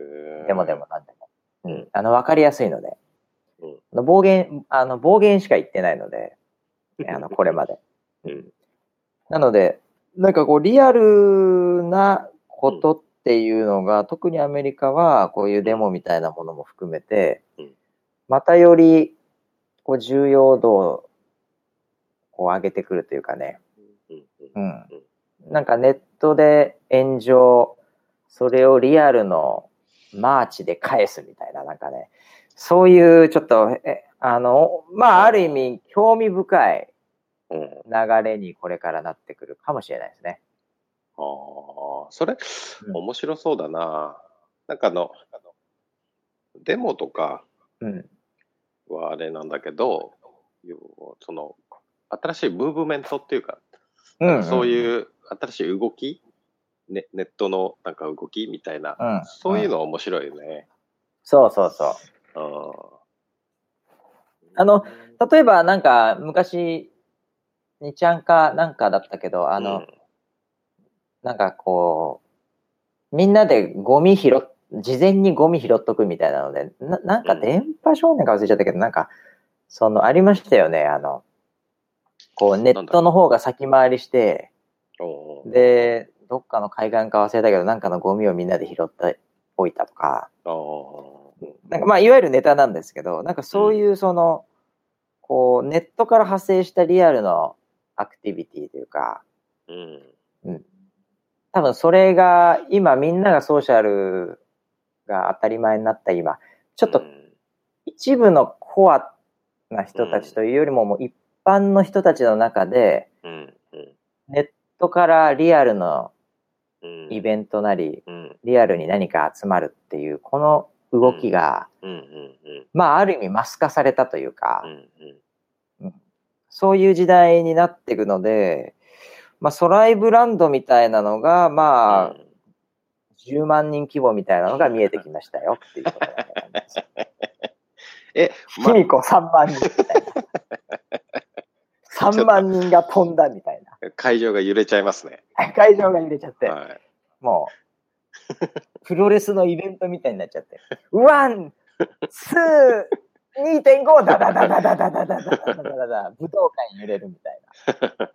デモでもなんでも。 うんうん。あの、わかりやすいので。 うんあの暴言、あの、暴言しか言ってないので、あの、これまで。 うんなので、なんかこう、リアルなことっていうのが、特にアメリカは、こういうデモみたいなものも含めてうん、 またより、こう、重要度を、こう、上げてくるというかね。 うんううんん。なんかネットで炎上、それをリアルのマーチで返すみたいな、なんかね、そういうちょっと、えあの、まあ、ある意味、興味深いうん流れにこれからなってくるかもしれないですね。 ああ、それ、 うん面白そうだな。なんかあの、デモとかうん。 はあれなんだけど、要はその、新しいムーブメントっていうか、なんかそううん。 いう新しい動き、ね、ネットのなんか動きみたいな、 うん。 そういうのは面白いよね。 そうそうそう。 ああの、例えばなんか昔、にちゃんかなんかだったけど、あの、 うんなんかこう、みんなでゴミ拾っ、事前にゴミ拾っとくみたいなので、ななんか電波少年か忘れちゃったけど、なんか、その、ありましたよね。あの、こう、ネットの方が先回りして、 おうで、どっかの海岸か忘れたけど、なんかのゴミをみんなで拾っておいたとか、 おうなんかまあ、いわゆるネタなんですけど、なんかそういうその、こう、ネットから派生したリアルのアクティビティというか、 うんうん。多分それが、今みんながソーシャルが当たり前になった今、ちょっと一部のコアな人たちというよりも、もう一般の人たちの中で、 うんうんネットからリアルのうんイベントなり、 うんリアルに何か集まるっていう、この動きが、 うんうんうんまあある意味マス化されたといううか、 んうんそういう時代になっていくので、まあソライブランドみたいなのが、まあ、じゅうまん人規模みたいなのが見えてきましたよっていうことなんです。 え、 卑弥呼さんまん人みたいな。さんまん人が飛んだみたいな。 会場が揺れちゃいますね。 会場が揺れちゃって、 はい、 もう、プロレスのイベントみたいになっちゃって、ワン、ツー、にてんご、ダダダダダダダダダダダダダ、武道館揺れるみたいな。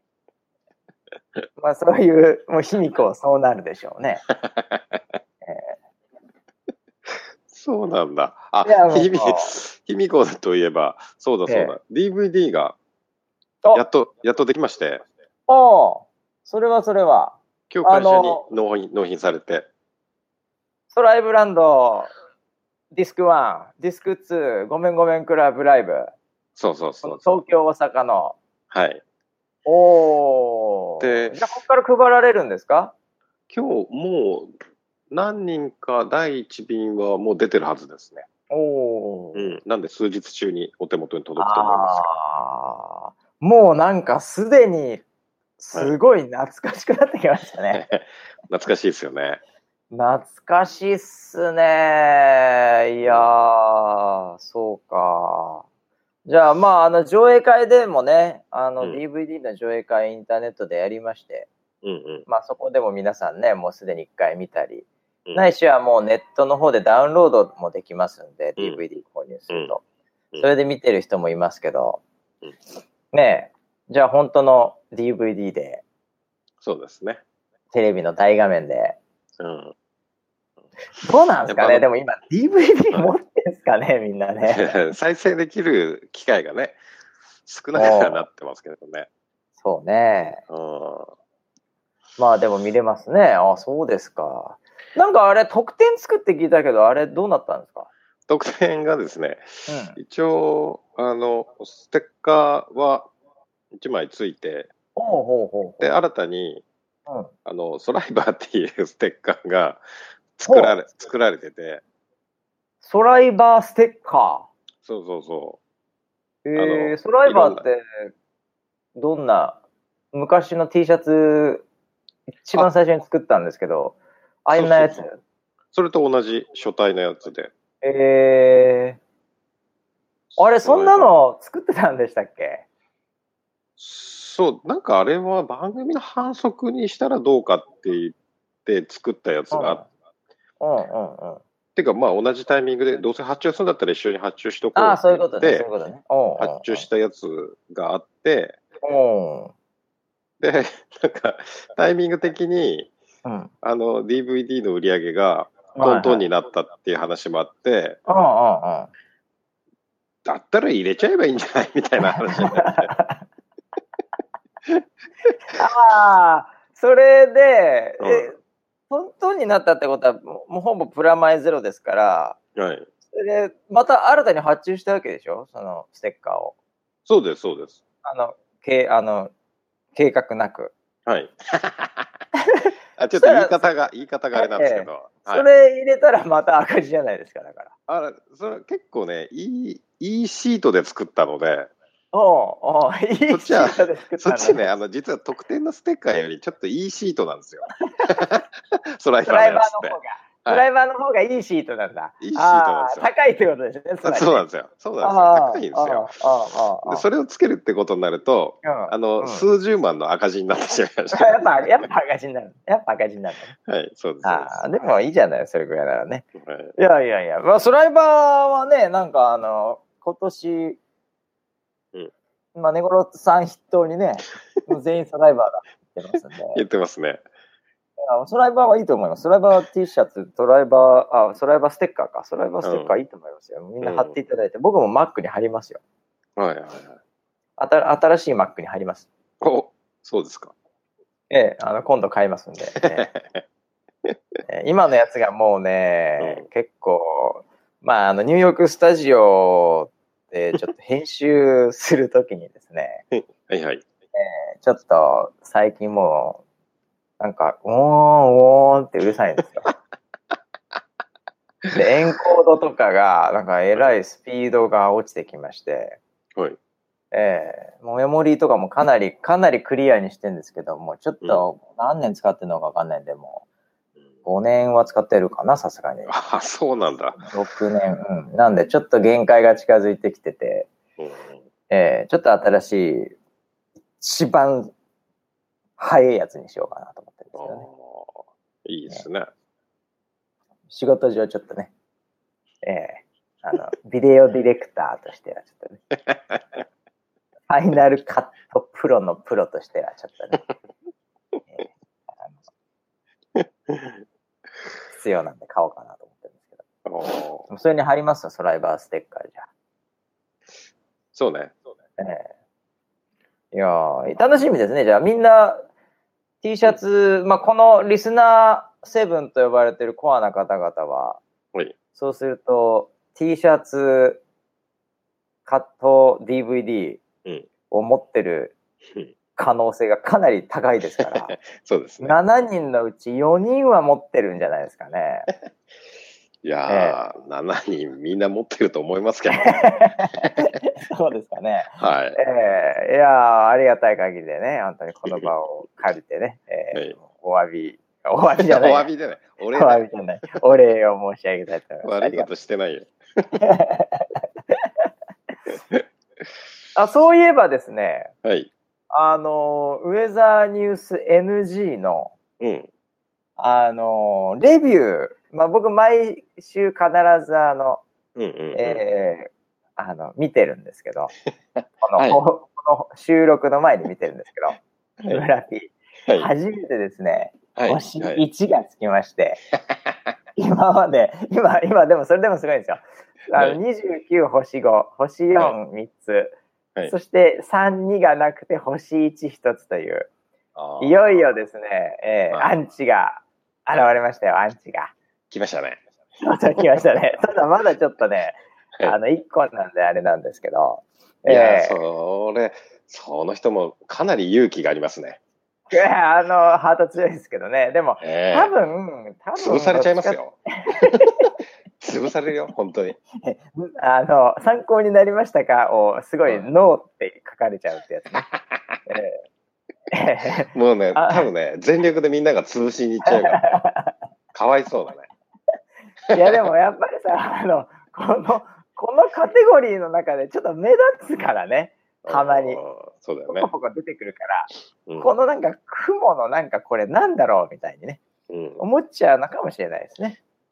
まあそういう、もう卑弥呼はそうなるでしょうね。 えー、そうなんだ。あ、卑弥呼といえば、そうだそうだ、えー、ディーブイディー がやっと、やっとできまして。 ああ、それはそれは。 今日会社に納品、納品されて。 ソライブランド、ディスクワン、ディスクツー、ごめんごめんクラブライブ。 そうそうそうそう。東京、大阪の。 はい。 おー。で、じゃあ、ここから配られるんですか？ 今日、もう、何人か第一便はもう出てるはずですね。 おー。 うん。なんで、数日中にお手元に届くと思いますああ。もうなんか、すでに、すごい懐かしくなってきましたね。 懐かしいですよね。 懐かしいっすね。いやー、そうか。じゃあ、まあ、あの、上映会でもね、あの、うん、ディーブイディー の上映会インターネットでやりまして、 うんうん、 まあ、そこでも皆さんね、もうすでに一回見たり、うん、ないしはもうネットの方でダウンロードもできますんで、うん、ディーブイディー 購入すると、うん。それで見てる人もいますけど、うん、ねえ、じゃあ本当の ディーブイディー で、 そうですね。 テレビの大画面で、 うん、 どうなんですかね。でも今 ディーブイディー 持ってんすかね、みんなね。 再生できる機会がね、少なくなってますけどね。 そうね。 うん、 まあでも見れますね。あ、そうですか。なんかあれ、特典作って聞いたけど、あれどうなったんですか？ 特典がですね、うん、一応、あの、ステッカーはいちまいついて、 ほうほうほうほうで、新たに、うん、あの、ソライバーっていうステッカーが作られ、作られてて。 ソライバーステッカー？そうそうそう。 えー、ソライバーって、どんな、昔の T シャツ、一番最初に作ったんですけど、ああいんなやつ？そうそうそう、 それと同じ書体のやつで。 えー、あれ、そんなの作ってたんでしたっけ？ そう、なんかあれは番組の反則にしたらどうかって言って作ったやつが、 うん、うんうんうん。 てか、まあ同じタイミングで、どうせ発注するんだったら一緒に発注しとこうああ、そういうってことね、 言って、 そういうことね。おう発注したやつがあって、 おうで、なんか、タイミング的に、 うん。 あの、ディーブイディー の売り上げがトントンはいはい。 になったっていう話もあって、 うんうんうん。 だったら入れちゃえばいいんじゃないみたいな話になって。 ああ、それで、 うんえ、トントンになったってことは、もうほぼプラマイゼロですから、 はい。 それで、また新たに発注したわけでしょそのステッカーを。 そうです、そうです。 あの、けあの計画なく。 はい。あ、ちょっと言い方が、言い方があれなんですけど。 ええ、それ入れたらまた赤字じゃないですか、だから。 あれ、それ結構ね、いい、いいシートで作ったので、 おうおういいシそっちはートで作ったのそっちね、あの、実は特典のステッカーよりちょっといいシートなんですよ。スライドライババーのやつって。 ーの方が。ドライバーの方がいいシートなんだ。 いいシートなんですよ。 高いってことですね。 そうなんですよ。そうなんですよ。高いんですよ。で、それをつけるってことになると、あの、数十万の赤字になってしまいました。 やっぱ、やっぱ赤字になる。やっぱ赤字になる。 はい、そうです。 ああ、でもいいじゃない、それぐらいならね。いやいやいや、まあ、スライバーはね、なんかあの、今年、まあ、根室さん筆頭にね、全員スライバーだって言ってますんで。 言ってますね。 スライバーはいいと思います。スライバー T シャツ、スライバー、あ、スライバーステッカーか。スライバーステッカーいいと思いますよ。みんな貼っていただいて、僕も Mac に貼りますよ。 はいはいはい。 あた新しい Mac に貼ります。 お、そうですか。 ええ、あの、今度買いますんで。ええ、今のやつがもうね、うん、結構、まあ、あの、ニューヨークスタジオでちょっと編集するときにですね、 はいはい。 えー、ちょっと最近もう、なんか、ウォーン、ウォーンってうるさいんですよ。で、エンコードとかが、なんかえらいスピードが落ちてきまして、 はい。 えー、もうメモリーとかもかなり、かなりクリアにしてるんですけども、ちょっと何年使ってるのかわかんないんで、もう、ごねんは使ってるかな、さすがに。 あ、そうなんだ。 ろくねん、うん。なんで、ちょっと限界が近づいてきてて、うん、えー、ちょっと新しい、一番早いやつにしようかなと思ってるんですよね。 いいですね。 仕事上ちょっとね、えー、あの、ビデオディレクターとしてはちょっとね、ファイナルカットプロのプロとしてはちょっとね、えー、あの必要なんで買おうかなと思ってるんですけど。それに貼りますよ、スライバーステッカーじゃ。 そうね。 えー、いやー、楽しみですね。じゃあみんな T シャツ、まあ、このリスナーセブンと呼ばれてるコアな方々は、 はい、 そうすると T シャツ、カット ディーブイディー を持ってる可能性がかなり高いですから、 そうですね。 しちにんのうちよにんは持ってるんじゃないですかね。 いやー、えー、しちにんみんな持ってると思いますけど、 そうですかね。 はい。 えー、いやー、ありがたい限りでね、本当にこの場を借りてね、えーはい、お詫び、お詫びじゃない。 お詫びじゃない。お礼お詫びじゃない。お礼を申し上げたいと思います。 悪いことしてないよ。 あ、そういえばですね、 はい。 あの、ウェザーニュース エヌジー の、うん、あの、レビュー、まあ僕毎週必ずあの、うんうんうん、えー、あの、見てるんですけど、この、はい、この収録の前に見てるんですけど、はい、村 P、はい、初めてですね、はい、星いちがつきまして、はい、今まで、今、今でもそれでもすごいんですよ。あのにじゅうきゅう星ご、星よん、みっつ、はい、そしてさん、にがなくて星いちひとつという、いよいよですね、えー、アンチが現れましたよ、アンチが。 来ましたね。 来ましたね。ただまだちょっとね、はい、あの、いっこなんであれなんですけど。 いや、えー、それ、その人もかなり勇気がありますね。 いや、あの、ハート強いですけどね。でも、えー、多分、多分。 潰されちゃいますよ。潰されるよ、本当に。 あの、参考になりましたかを、すごい、ノーって書かれちゃうってやつね。 えー、もうね、多分ね、全力でみんなが潰しに行っちゃうから、ね、かわいそうだね。いや、でもやっぱりさ、あの、この、このカテゴリーの中でちょっと目立つからね、たまに。 そうだよね。 ポコポコ出てくるから、うん、このなんか雲のなんかこれなんだろうみたいにね、うん、思っちゃうのかもしれないですね。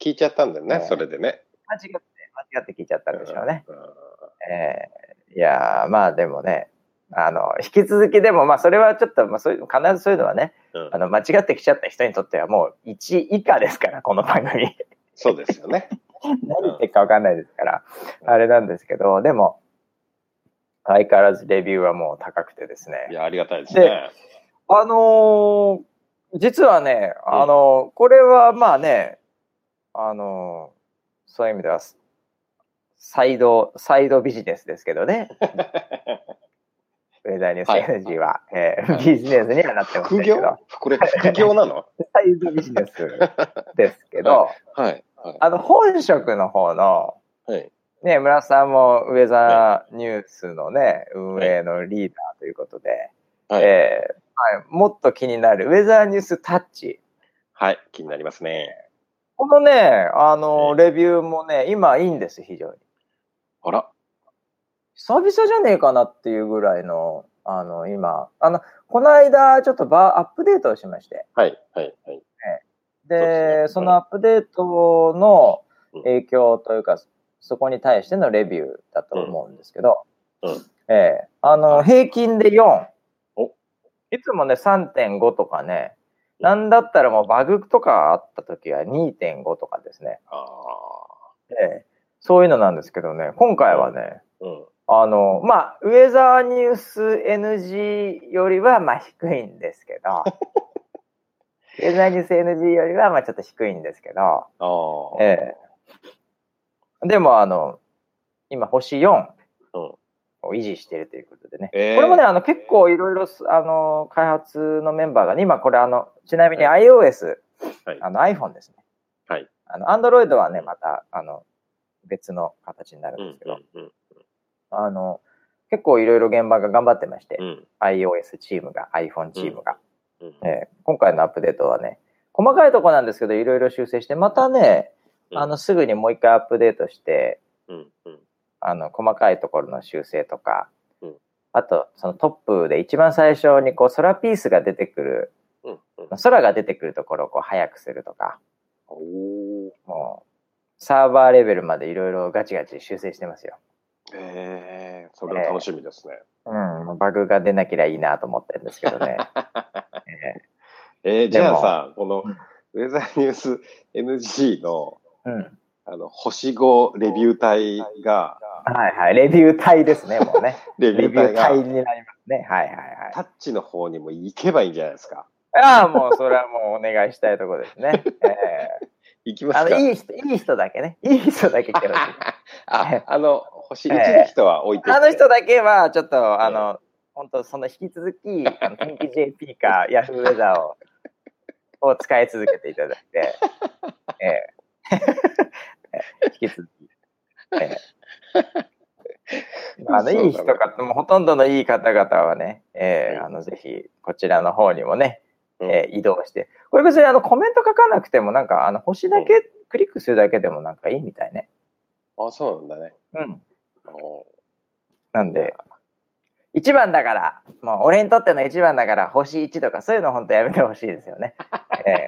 聞いちゃったんだよね、 えーそれでね。 間違って、間違って聞いちゃったんでしょうね。 うんうん、 えー、いやー、まあでもね、あの、引き続きでも、まあそれはちょっと、まあそういう、必ずそういうのはね、 うん、 あの、間違ってきちゃった人にとってはもういち以下ですから、この番組。 そうですよね。 何言ってるか分かんないですから、うん、あれなんですけど、でも、相変わらずレビューはもう高くてですね。 いや、ありがたいですね。で、 あのー、実はね、あのー、これはまあね、あのー、そういう意味では、サイド、サイドビジネスですけどね。ウェザーニュース エヌジー は、はい、えーはい、ビジネスにはなってませんけど。 これ、副業なのサイドビジネスですけど、 はいはいはい、 あの、本職の方の、はい、ね、村田さんもウェザーニュースのね、はい、運営のリーダーということで、はい、えーはい、もっと気になるウェザーニュースタッチ。 はい、気になりますね。 このね、あの、レビューもね、今いいんです、非常に。 あら。 久々じゃねえかなっていうぐらいの、あの、今、あの、この間、ちょっとバーアップデートをしまして。 はい、はい、はい。 で、そ, で、ね、そのアップデートの影響というか、うん、そこに対してのレビューだと思うんですけど、うんうん、えー、あの、平均でよん。いつもね、さんてんご とかね、なんだったらもうバグとかあった時は にてんご とかですね。あえー、そういうのなんですけどね、今回はね、うんうん、あの、まあ、ウェザーニュース エヌジー よりは、まあ、低いんですけど、ウェザーニュース エヌジー よりは、まあ、ちょっと低いんですけど、えー、でも、あの、今、星よんを維持しているということでね。えー、これもね、あの、結構いろいろ、あの、開発のメンバーがね、今、これ、あの、ちなみに iOS、はい、あの、iPhone ですね。はい。あの、Android はね、また、あの、別の形になるんですけど、うんうんうん、あの、結構いろいろ現場が頑張ってまして、うん、iOS チームが、iPhone チームが、うんうんえー。今回のアップデートはね、細かいとこなんですけど、いろいろ修正して、またね、うん、あの、すぐにもう一回アップデートして、うんうん、あの、細かいところの修正とか、うん、あと、そのトップで一番最初にこう、空ピースが出てくる、うんうん、空が出てくるところをこう、早くするとか、もう、サーバーレベルまでいろいろガチガチ修正してますよ。 へえー、それは楽しみですね、 えー。うん、バグが出なければいいなと思ってるんですけどね。 えー、えー、じゃあさ、このウェザーニュース エヌジー の、うん、あの星ごレビュー隊が、 はいはい、レビュー隊ですね、もうね。 レビュー隊になりますね。はいはいはい。 タッチの方にも行けばいいんじゃないですか。 ああ、もうそれはもうお願いしたいところですね。えー行きますか。あのいい人、いい人だけね。いい人だけ来てほしい。 あ、あの、星いちの人は置いて、 えー、あの人だけは、ちょっと、あの、本当その引き続き、あの天気 ジェーピー か Yahoo ウェザーを、を使い続けていただいて、えー、引き続き。えー、あの、いい人か、もうほとんどのいい方々はね、えー、あの、ぜひ、こちらの方にもね、えー、移動して。これ別にあのコメント書かなくても、なんかあの星だけクリックするだけでもなんかいいみたいね。 あ、そうなんだね。 うん。なんで、一番だから、もう俺にとっての一番だから星いちとかそういうの本当やめてほしいですよね。え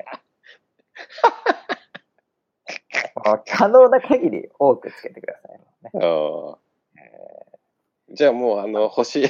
ー、もう可能な限り多くつけてください、ね。あえー、じゃあもうあの星、ち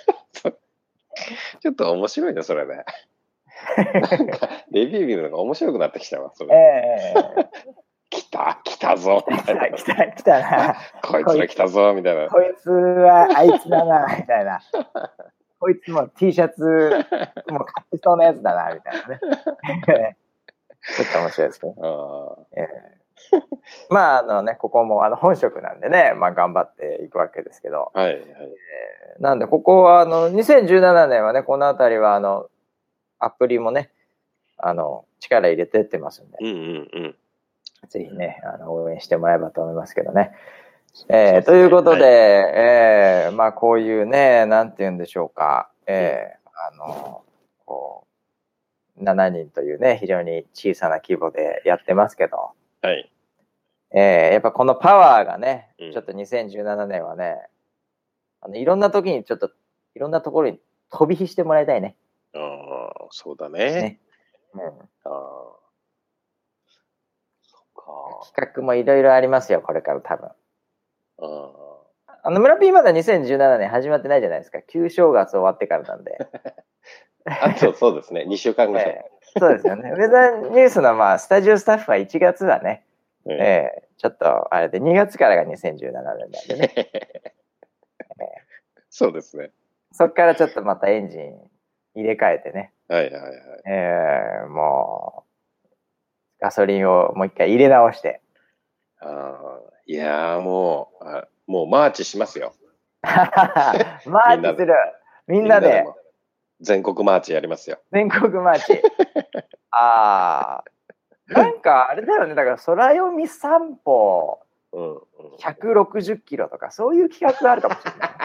ょっと面白いね、それね。なんかレビュー見るのが面白くなってきたわ、それ。えー、来た、来たぞ、みたいな。 来た、来たな。 こいつら来たぞ、みたいな。 こいつはあいつだな、みたいな。こいつも T シャツ、もう買ってそうなやつだな、みたいなね。ちょっと面白いですね。あえー、まあ、あのね、ここもあの本職なんでね、まあ頑張っていくわけですけど。はい、はい。えー、なんで、ここはあの、にせんじゅうななねんはね、このあたりはあの、アプリもね、あの、力入れてってますんで、うんうんうん、ぜひね、あの、応援してもらえばと思いますけどね。えー、ということで、はい、えー、まあこういうね、なんて言うんでしょうか、えー、あの、こう、しちにんというね、非常に小さな規模でやってますけど、はい。えー、やっぱこのパワーがね、うん、ちょっとにせんじゅうななねんはね、あの、いろんな時にちょっと、いろんなところに飛び火してもらいたいね。 ああ、そうだね。ね、うん。ああ。そっか。 企画もいろいろありますよ、これから多分。 ああの、村 P まだにせんじゅうななねん始まってないじゃないですか。旧正月終わってからなんで。 あと、そうですね。にしゅうかんぐらい。 えー、そうですよね。ウェザーニュースの、まあ、スタジオスタッフはいちがつはね、えー、えー、ちょっと、あれで、にがつからがにせんじゅうななねんなんでね。えー、そうですね。 そっからちょっとまたエンジン入れ替えてね。 はいはいはい。 えー、もう、ガソリンをもう一回入れ直して。 あいやーもうあ、もうマーチしますよ。 マーチする。みんなで。みんなで全国マーチやりますよ。 全国マーチ。ああ。なんかあれだよね。だから空読み散歩ひゃくろくじゅっキロとかそういう企画があるかもしれない。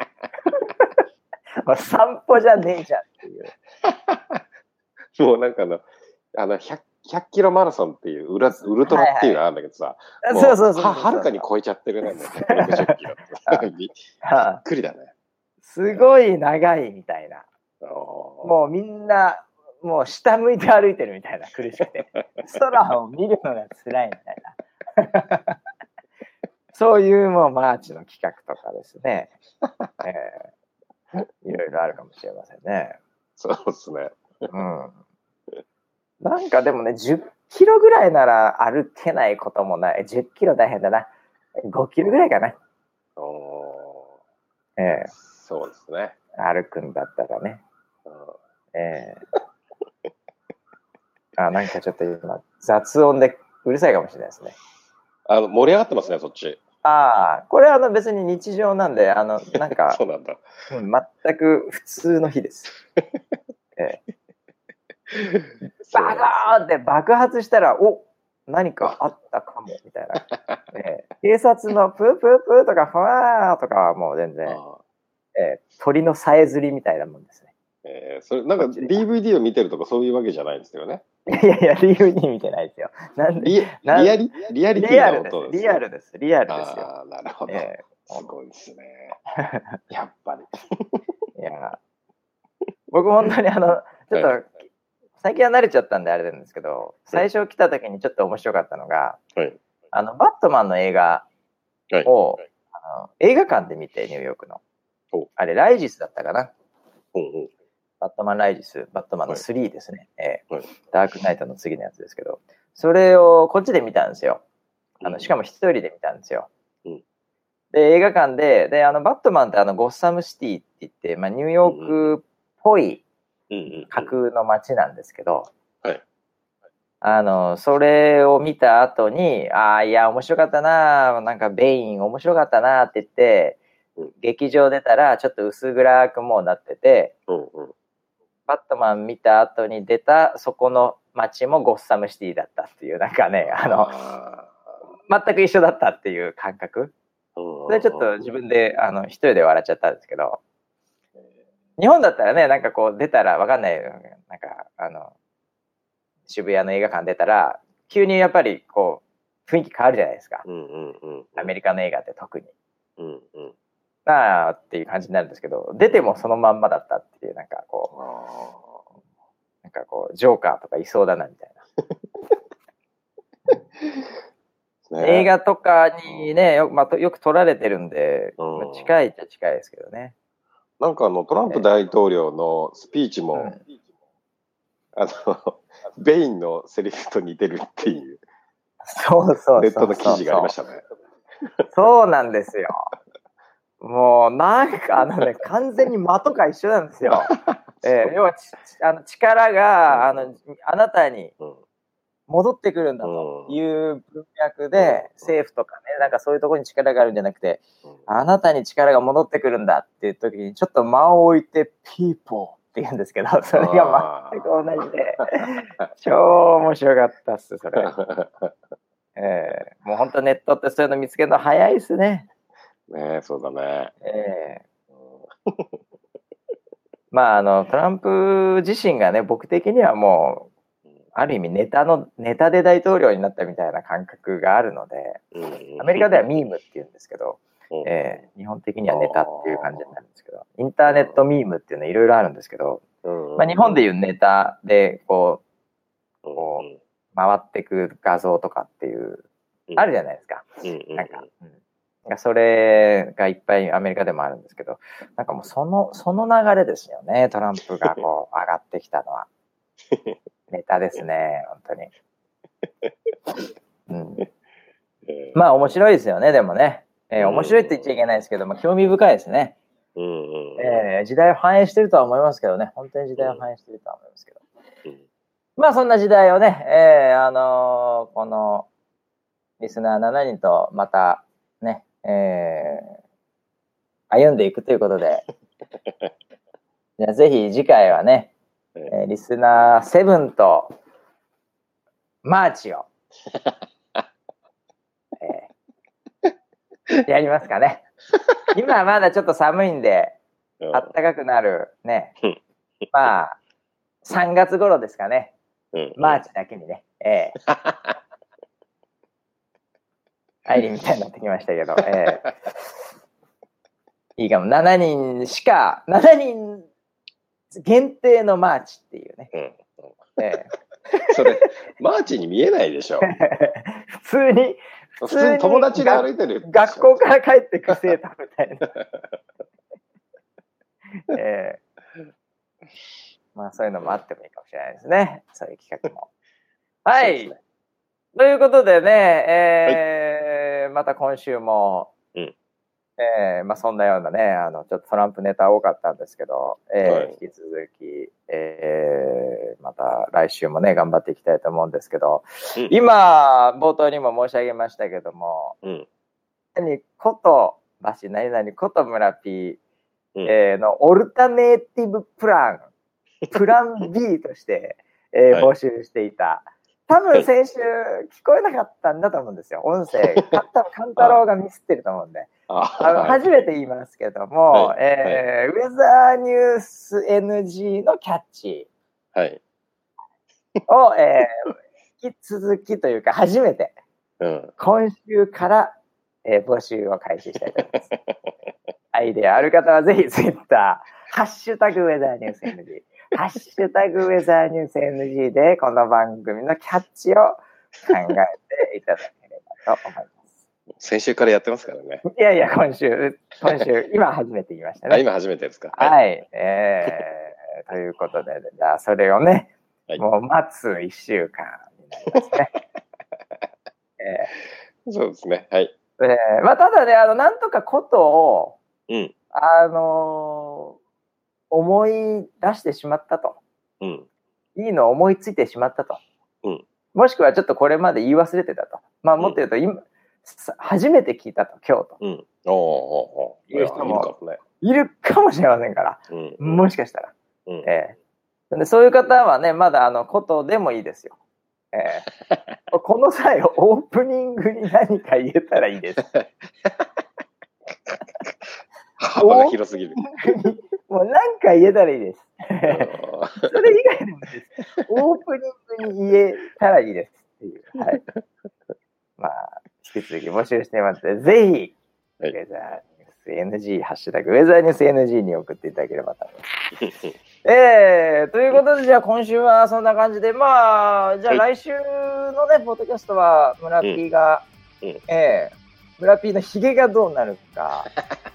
まあ散歩じゃねえじゃんっていう。 もうなんかあの、あの 100, ひゃっキロマラソンっていうウラウルトラっていうのがあるんだけどさ、はいはい、そうそうそうそうはるかに超えちゃってるね、もうひゃくろくじゅっキロ。びっくりだね。 すごい長いみたいな。もうみんな、もう下向いて歩いてるみたいな、苦しくて。空を見るのが辛いみたいな。そういうもうマーチの企画とかですね。えー、いろいろあるかもしれませんね。 そうですね。 うん。なんかでもね、じゅっキロぐらいなら歩けないこともない。じゅっキロ大変だな。ごキロぐらいかな。 おーえー、 そうですね。 歩くんだったらね。えー、あ、なんかちょっと今、雑音でうるさいかもしれないですね。 あの、盛り上がってますね、そっち。 ああ、これはあの別に日常なんで、あの、なんか、 そうなんだ。 うん、全く普通の日です。えーバカーって爆発したら、お、何かあったかもみたいな、えー、警察のプープープーとかファーとかはもう全然、えー、鳥のさえずりみたいなもんですね。 えー、それなんか ディーブイディー を見てるとかそういうわけじゃないんですよね。 いやいや ディーブイディー 見てないですよ。なんでリリアリリアリティな音です。 リアルです。リアルですよ。 ああ、なるほど、えー。すごいですね。やっぱり。 いや、僕本当にあのちょっと、はい、最近は慣れちゃったんであれなんですけど、最初来た時にちょっと面白かったのが、はい、あのバットマンの映画を、はい、あの映画館で見て、ニューヨークの。あれ、ライジスだったかな。バットマンライジス、バットマンのスリーですね。はい、えーはい、ダークナイトの次のやつですけど、それをこっちで見たんですよ。あのしかも一人で見たんですよ。うん、で、映画館で、で、あのバットマンってあのゴッサムシティって言って、まあ、ニューヨークっぽい架空の街なんですけど、はい、あの、それを見た後に、ああ、いや、面白かったな、なんかベイン面白かったなって言って、うん、劇場出たらちょっと薄暗くもうなってて、うんうん、バットマン見た後に出たそこの街もゴッサムシティだったっていう、なんかね、あの、全く一緒だったっていう感覚。それちょっと自分で、あの、一人で笑っちゃったんですけど、日本だったらね、なんかこう出たらわかんない、なんかあの渋谷の映画館出たら急にやっぱりこう雰囲気変わるじゃないですか。うんうんうんうん、アメリカの映画って特に。うんうん、なあっていう感じになるんですけど、出てもそのまんまだったっていう、なんかこう、なんかこうジョーカーとかいそうだなみたいな。ね、映画とかにね、よく、まあ、よく撮られてるんで、うん、近いっちゃ近いですけどね。 なんかあのトランプ大統領のスピーチも、うん、あのベインのセリフと似てるっていう、 そうそうネットの記事がありましたね。 そうなんですよ。もうなんかあのね、完全に間とか一緒なんですよ。えー、要はあの力があのあなたに戻ってくるんだという文脈で、政府とかね、なんかそういうところに力があるんじゃなくて、あなたに力が戻ってくるんだっていう時にちょっと間を置いてピーポーって言うんですけど、それが全く同じで超面白かったっすそれ。えー、もう本当ネットってそういうの見つけるの早いっすね。 ねえ、そうだね。 えー、まああのトランプ自身がね、僕的にはもうある意味ネタのネタで大統領になったみたいな感覚があるので、アメリカではミームって言うんですけど、えー、日本的にはネタっていう感じになるんですけど、インターネットミームっていうのはいろいろあるんですけど、まあ、日本でいうネタでこう、こう回ってく画像とかっていう、うん、あるじゃないですか。うんうんうん、なんか、うん、それがいっぱいアメリカでもあるんですけど、なんかもうその、その流れですよね、トランプがこう上がってきたのは。ネタですね、本当に。うん、まあ面白いですよね、でもね。えー、面白いって言っちゃいけないですけど、まあ、興味深いですね。うんうんえー、時代を反映してるとは思いますけどね。本当に時代を反映してるとは思いますけど。うん、まあそんな時代をね、えー、あのー、このリスナーしちにんとまたね、えー、歩んでいくということで、じゃあぜひ次回はね、えー、リスナーななとマーチを、えー、やりますかね。今はまだちょっと寒いんで、あったかくなるね。まあ、さんがつ頃ですかね。マーチだけにね。えー、入りみたいになってきましたけど、えー、いいかも。しちにんしか、しちにん限定のマーチっていうね。うんえー、それ、マーチに見えないでしょ。 普通に、 普通に友達で歩いてる。 学校から帰ってく生徒みたいな。えー、まあそういうのもあってもいいかもしれないですね。そういう企画も。はい。ね、ということでね、えーはい、また今週も、うんえーまあ、そんなようなね、あのちょっとトランプネタ多かったんですけど、えーはい、引き続き、えー、また来週もね、頑張っていきたいと思うんですけど、うん、今、冒頭にも申し上げましたけども、うん、何こと橋何々こと村 P、うんえー、のオルタネイティブプラン、プラン B として、えー、募集していた。はい多分先週聞こえなかったんだと思うんですよ。音声。多分カンタロウがミスってると思うんで。ああの初めて言いますけども、はいえーはい、ウェザーニュース エヌジー のキャッチを、はいえー、引き続きというか初めて、うん、今週から、えー、募集を開始したいと思います。アイデアある方はぜひツイッター、ハッシュタグウェザーニュース エヌジー。ハッシュタグウェザーニュース エヌジー でこの番組のキャッチを考えていただければと思います。 先週からやってますからね。 いやいや、今週、今週、今初めて言いましたね。 あ今初めてですか。 はい。はい、えー、ということで、じゃあそれをね、はい、もう待ついっしゅうかんになりますね。 えー、そうですね。はい。 えー、まあただね、あの、なんとかことを、うん、あのー、思い出してしまったと、うん、いいの思いついてしまったと、うん、もしくはちょっとこれまで言い忘れてたと、まあもっと言うと今、うん、初めて聞いたと今日と、うん、おおいう人もいるかもしれませんから、うん、もしかしたら、うんえー、でそういう方はねまだあのことでもいいですよ、えー、この際オープニングに何か言えたらいいです。 幅が広すぎる。 もう何か言えたらいいです。それ以外でもです。オープニングに言えたらいいですっていう。はい。まあ、引き続き募集していますので、ぜひ、はい、ウェザーニュース エヌジー、ハッシュタグ、ウェザーニュース エヌジー に送っていただければと思います。えー、ということで、じゃあ今週はそんな感じで、まあ、じゃあ来週のね、ポッドキャストは、村 P が、うんうん、えー、村 P のヒゲがどうなるか。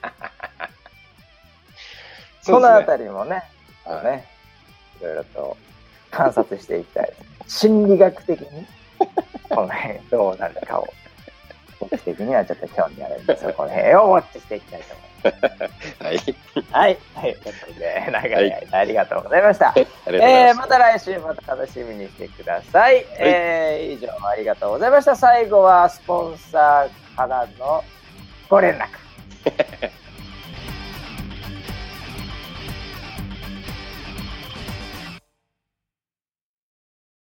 そのあたりもね、あのね、いろいろと観察していきたい。心理学的に、この辺どうなるかを、僕的にはちょっと興味あるんで、そこの辺をウォッチしていきたいと思います。はい。はい。ということで、長い間ありがとうございました。はい、えー、また来週また楽しみにしてください。はい、えー、以上ありがとうございました。最後はスポンサーからのご連絡。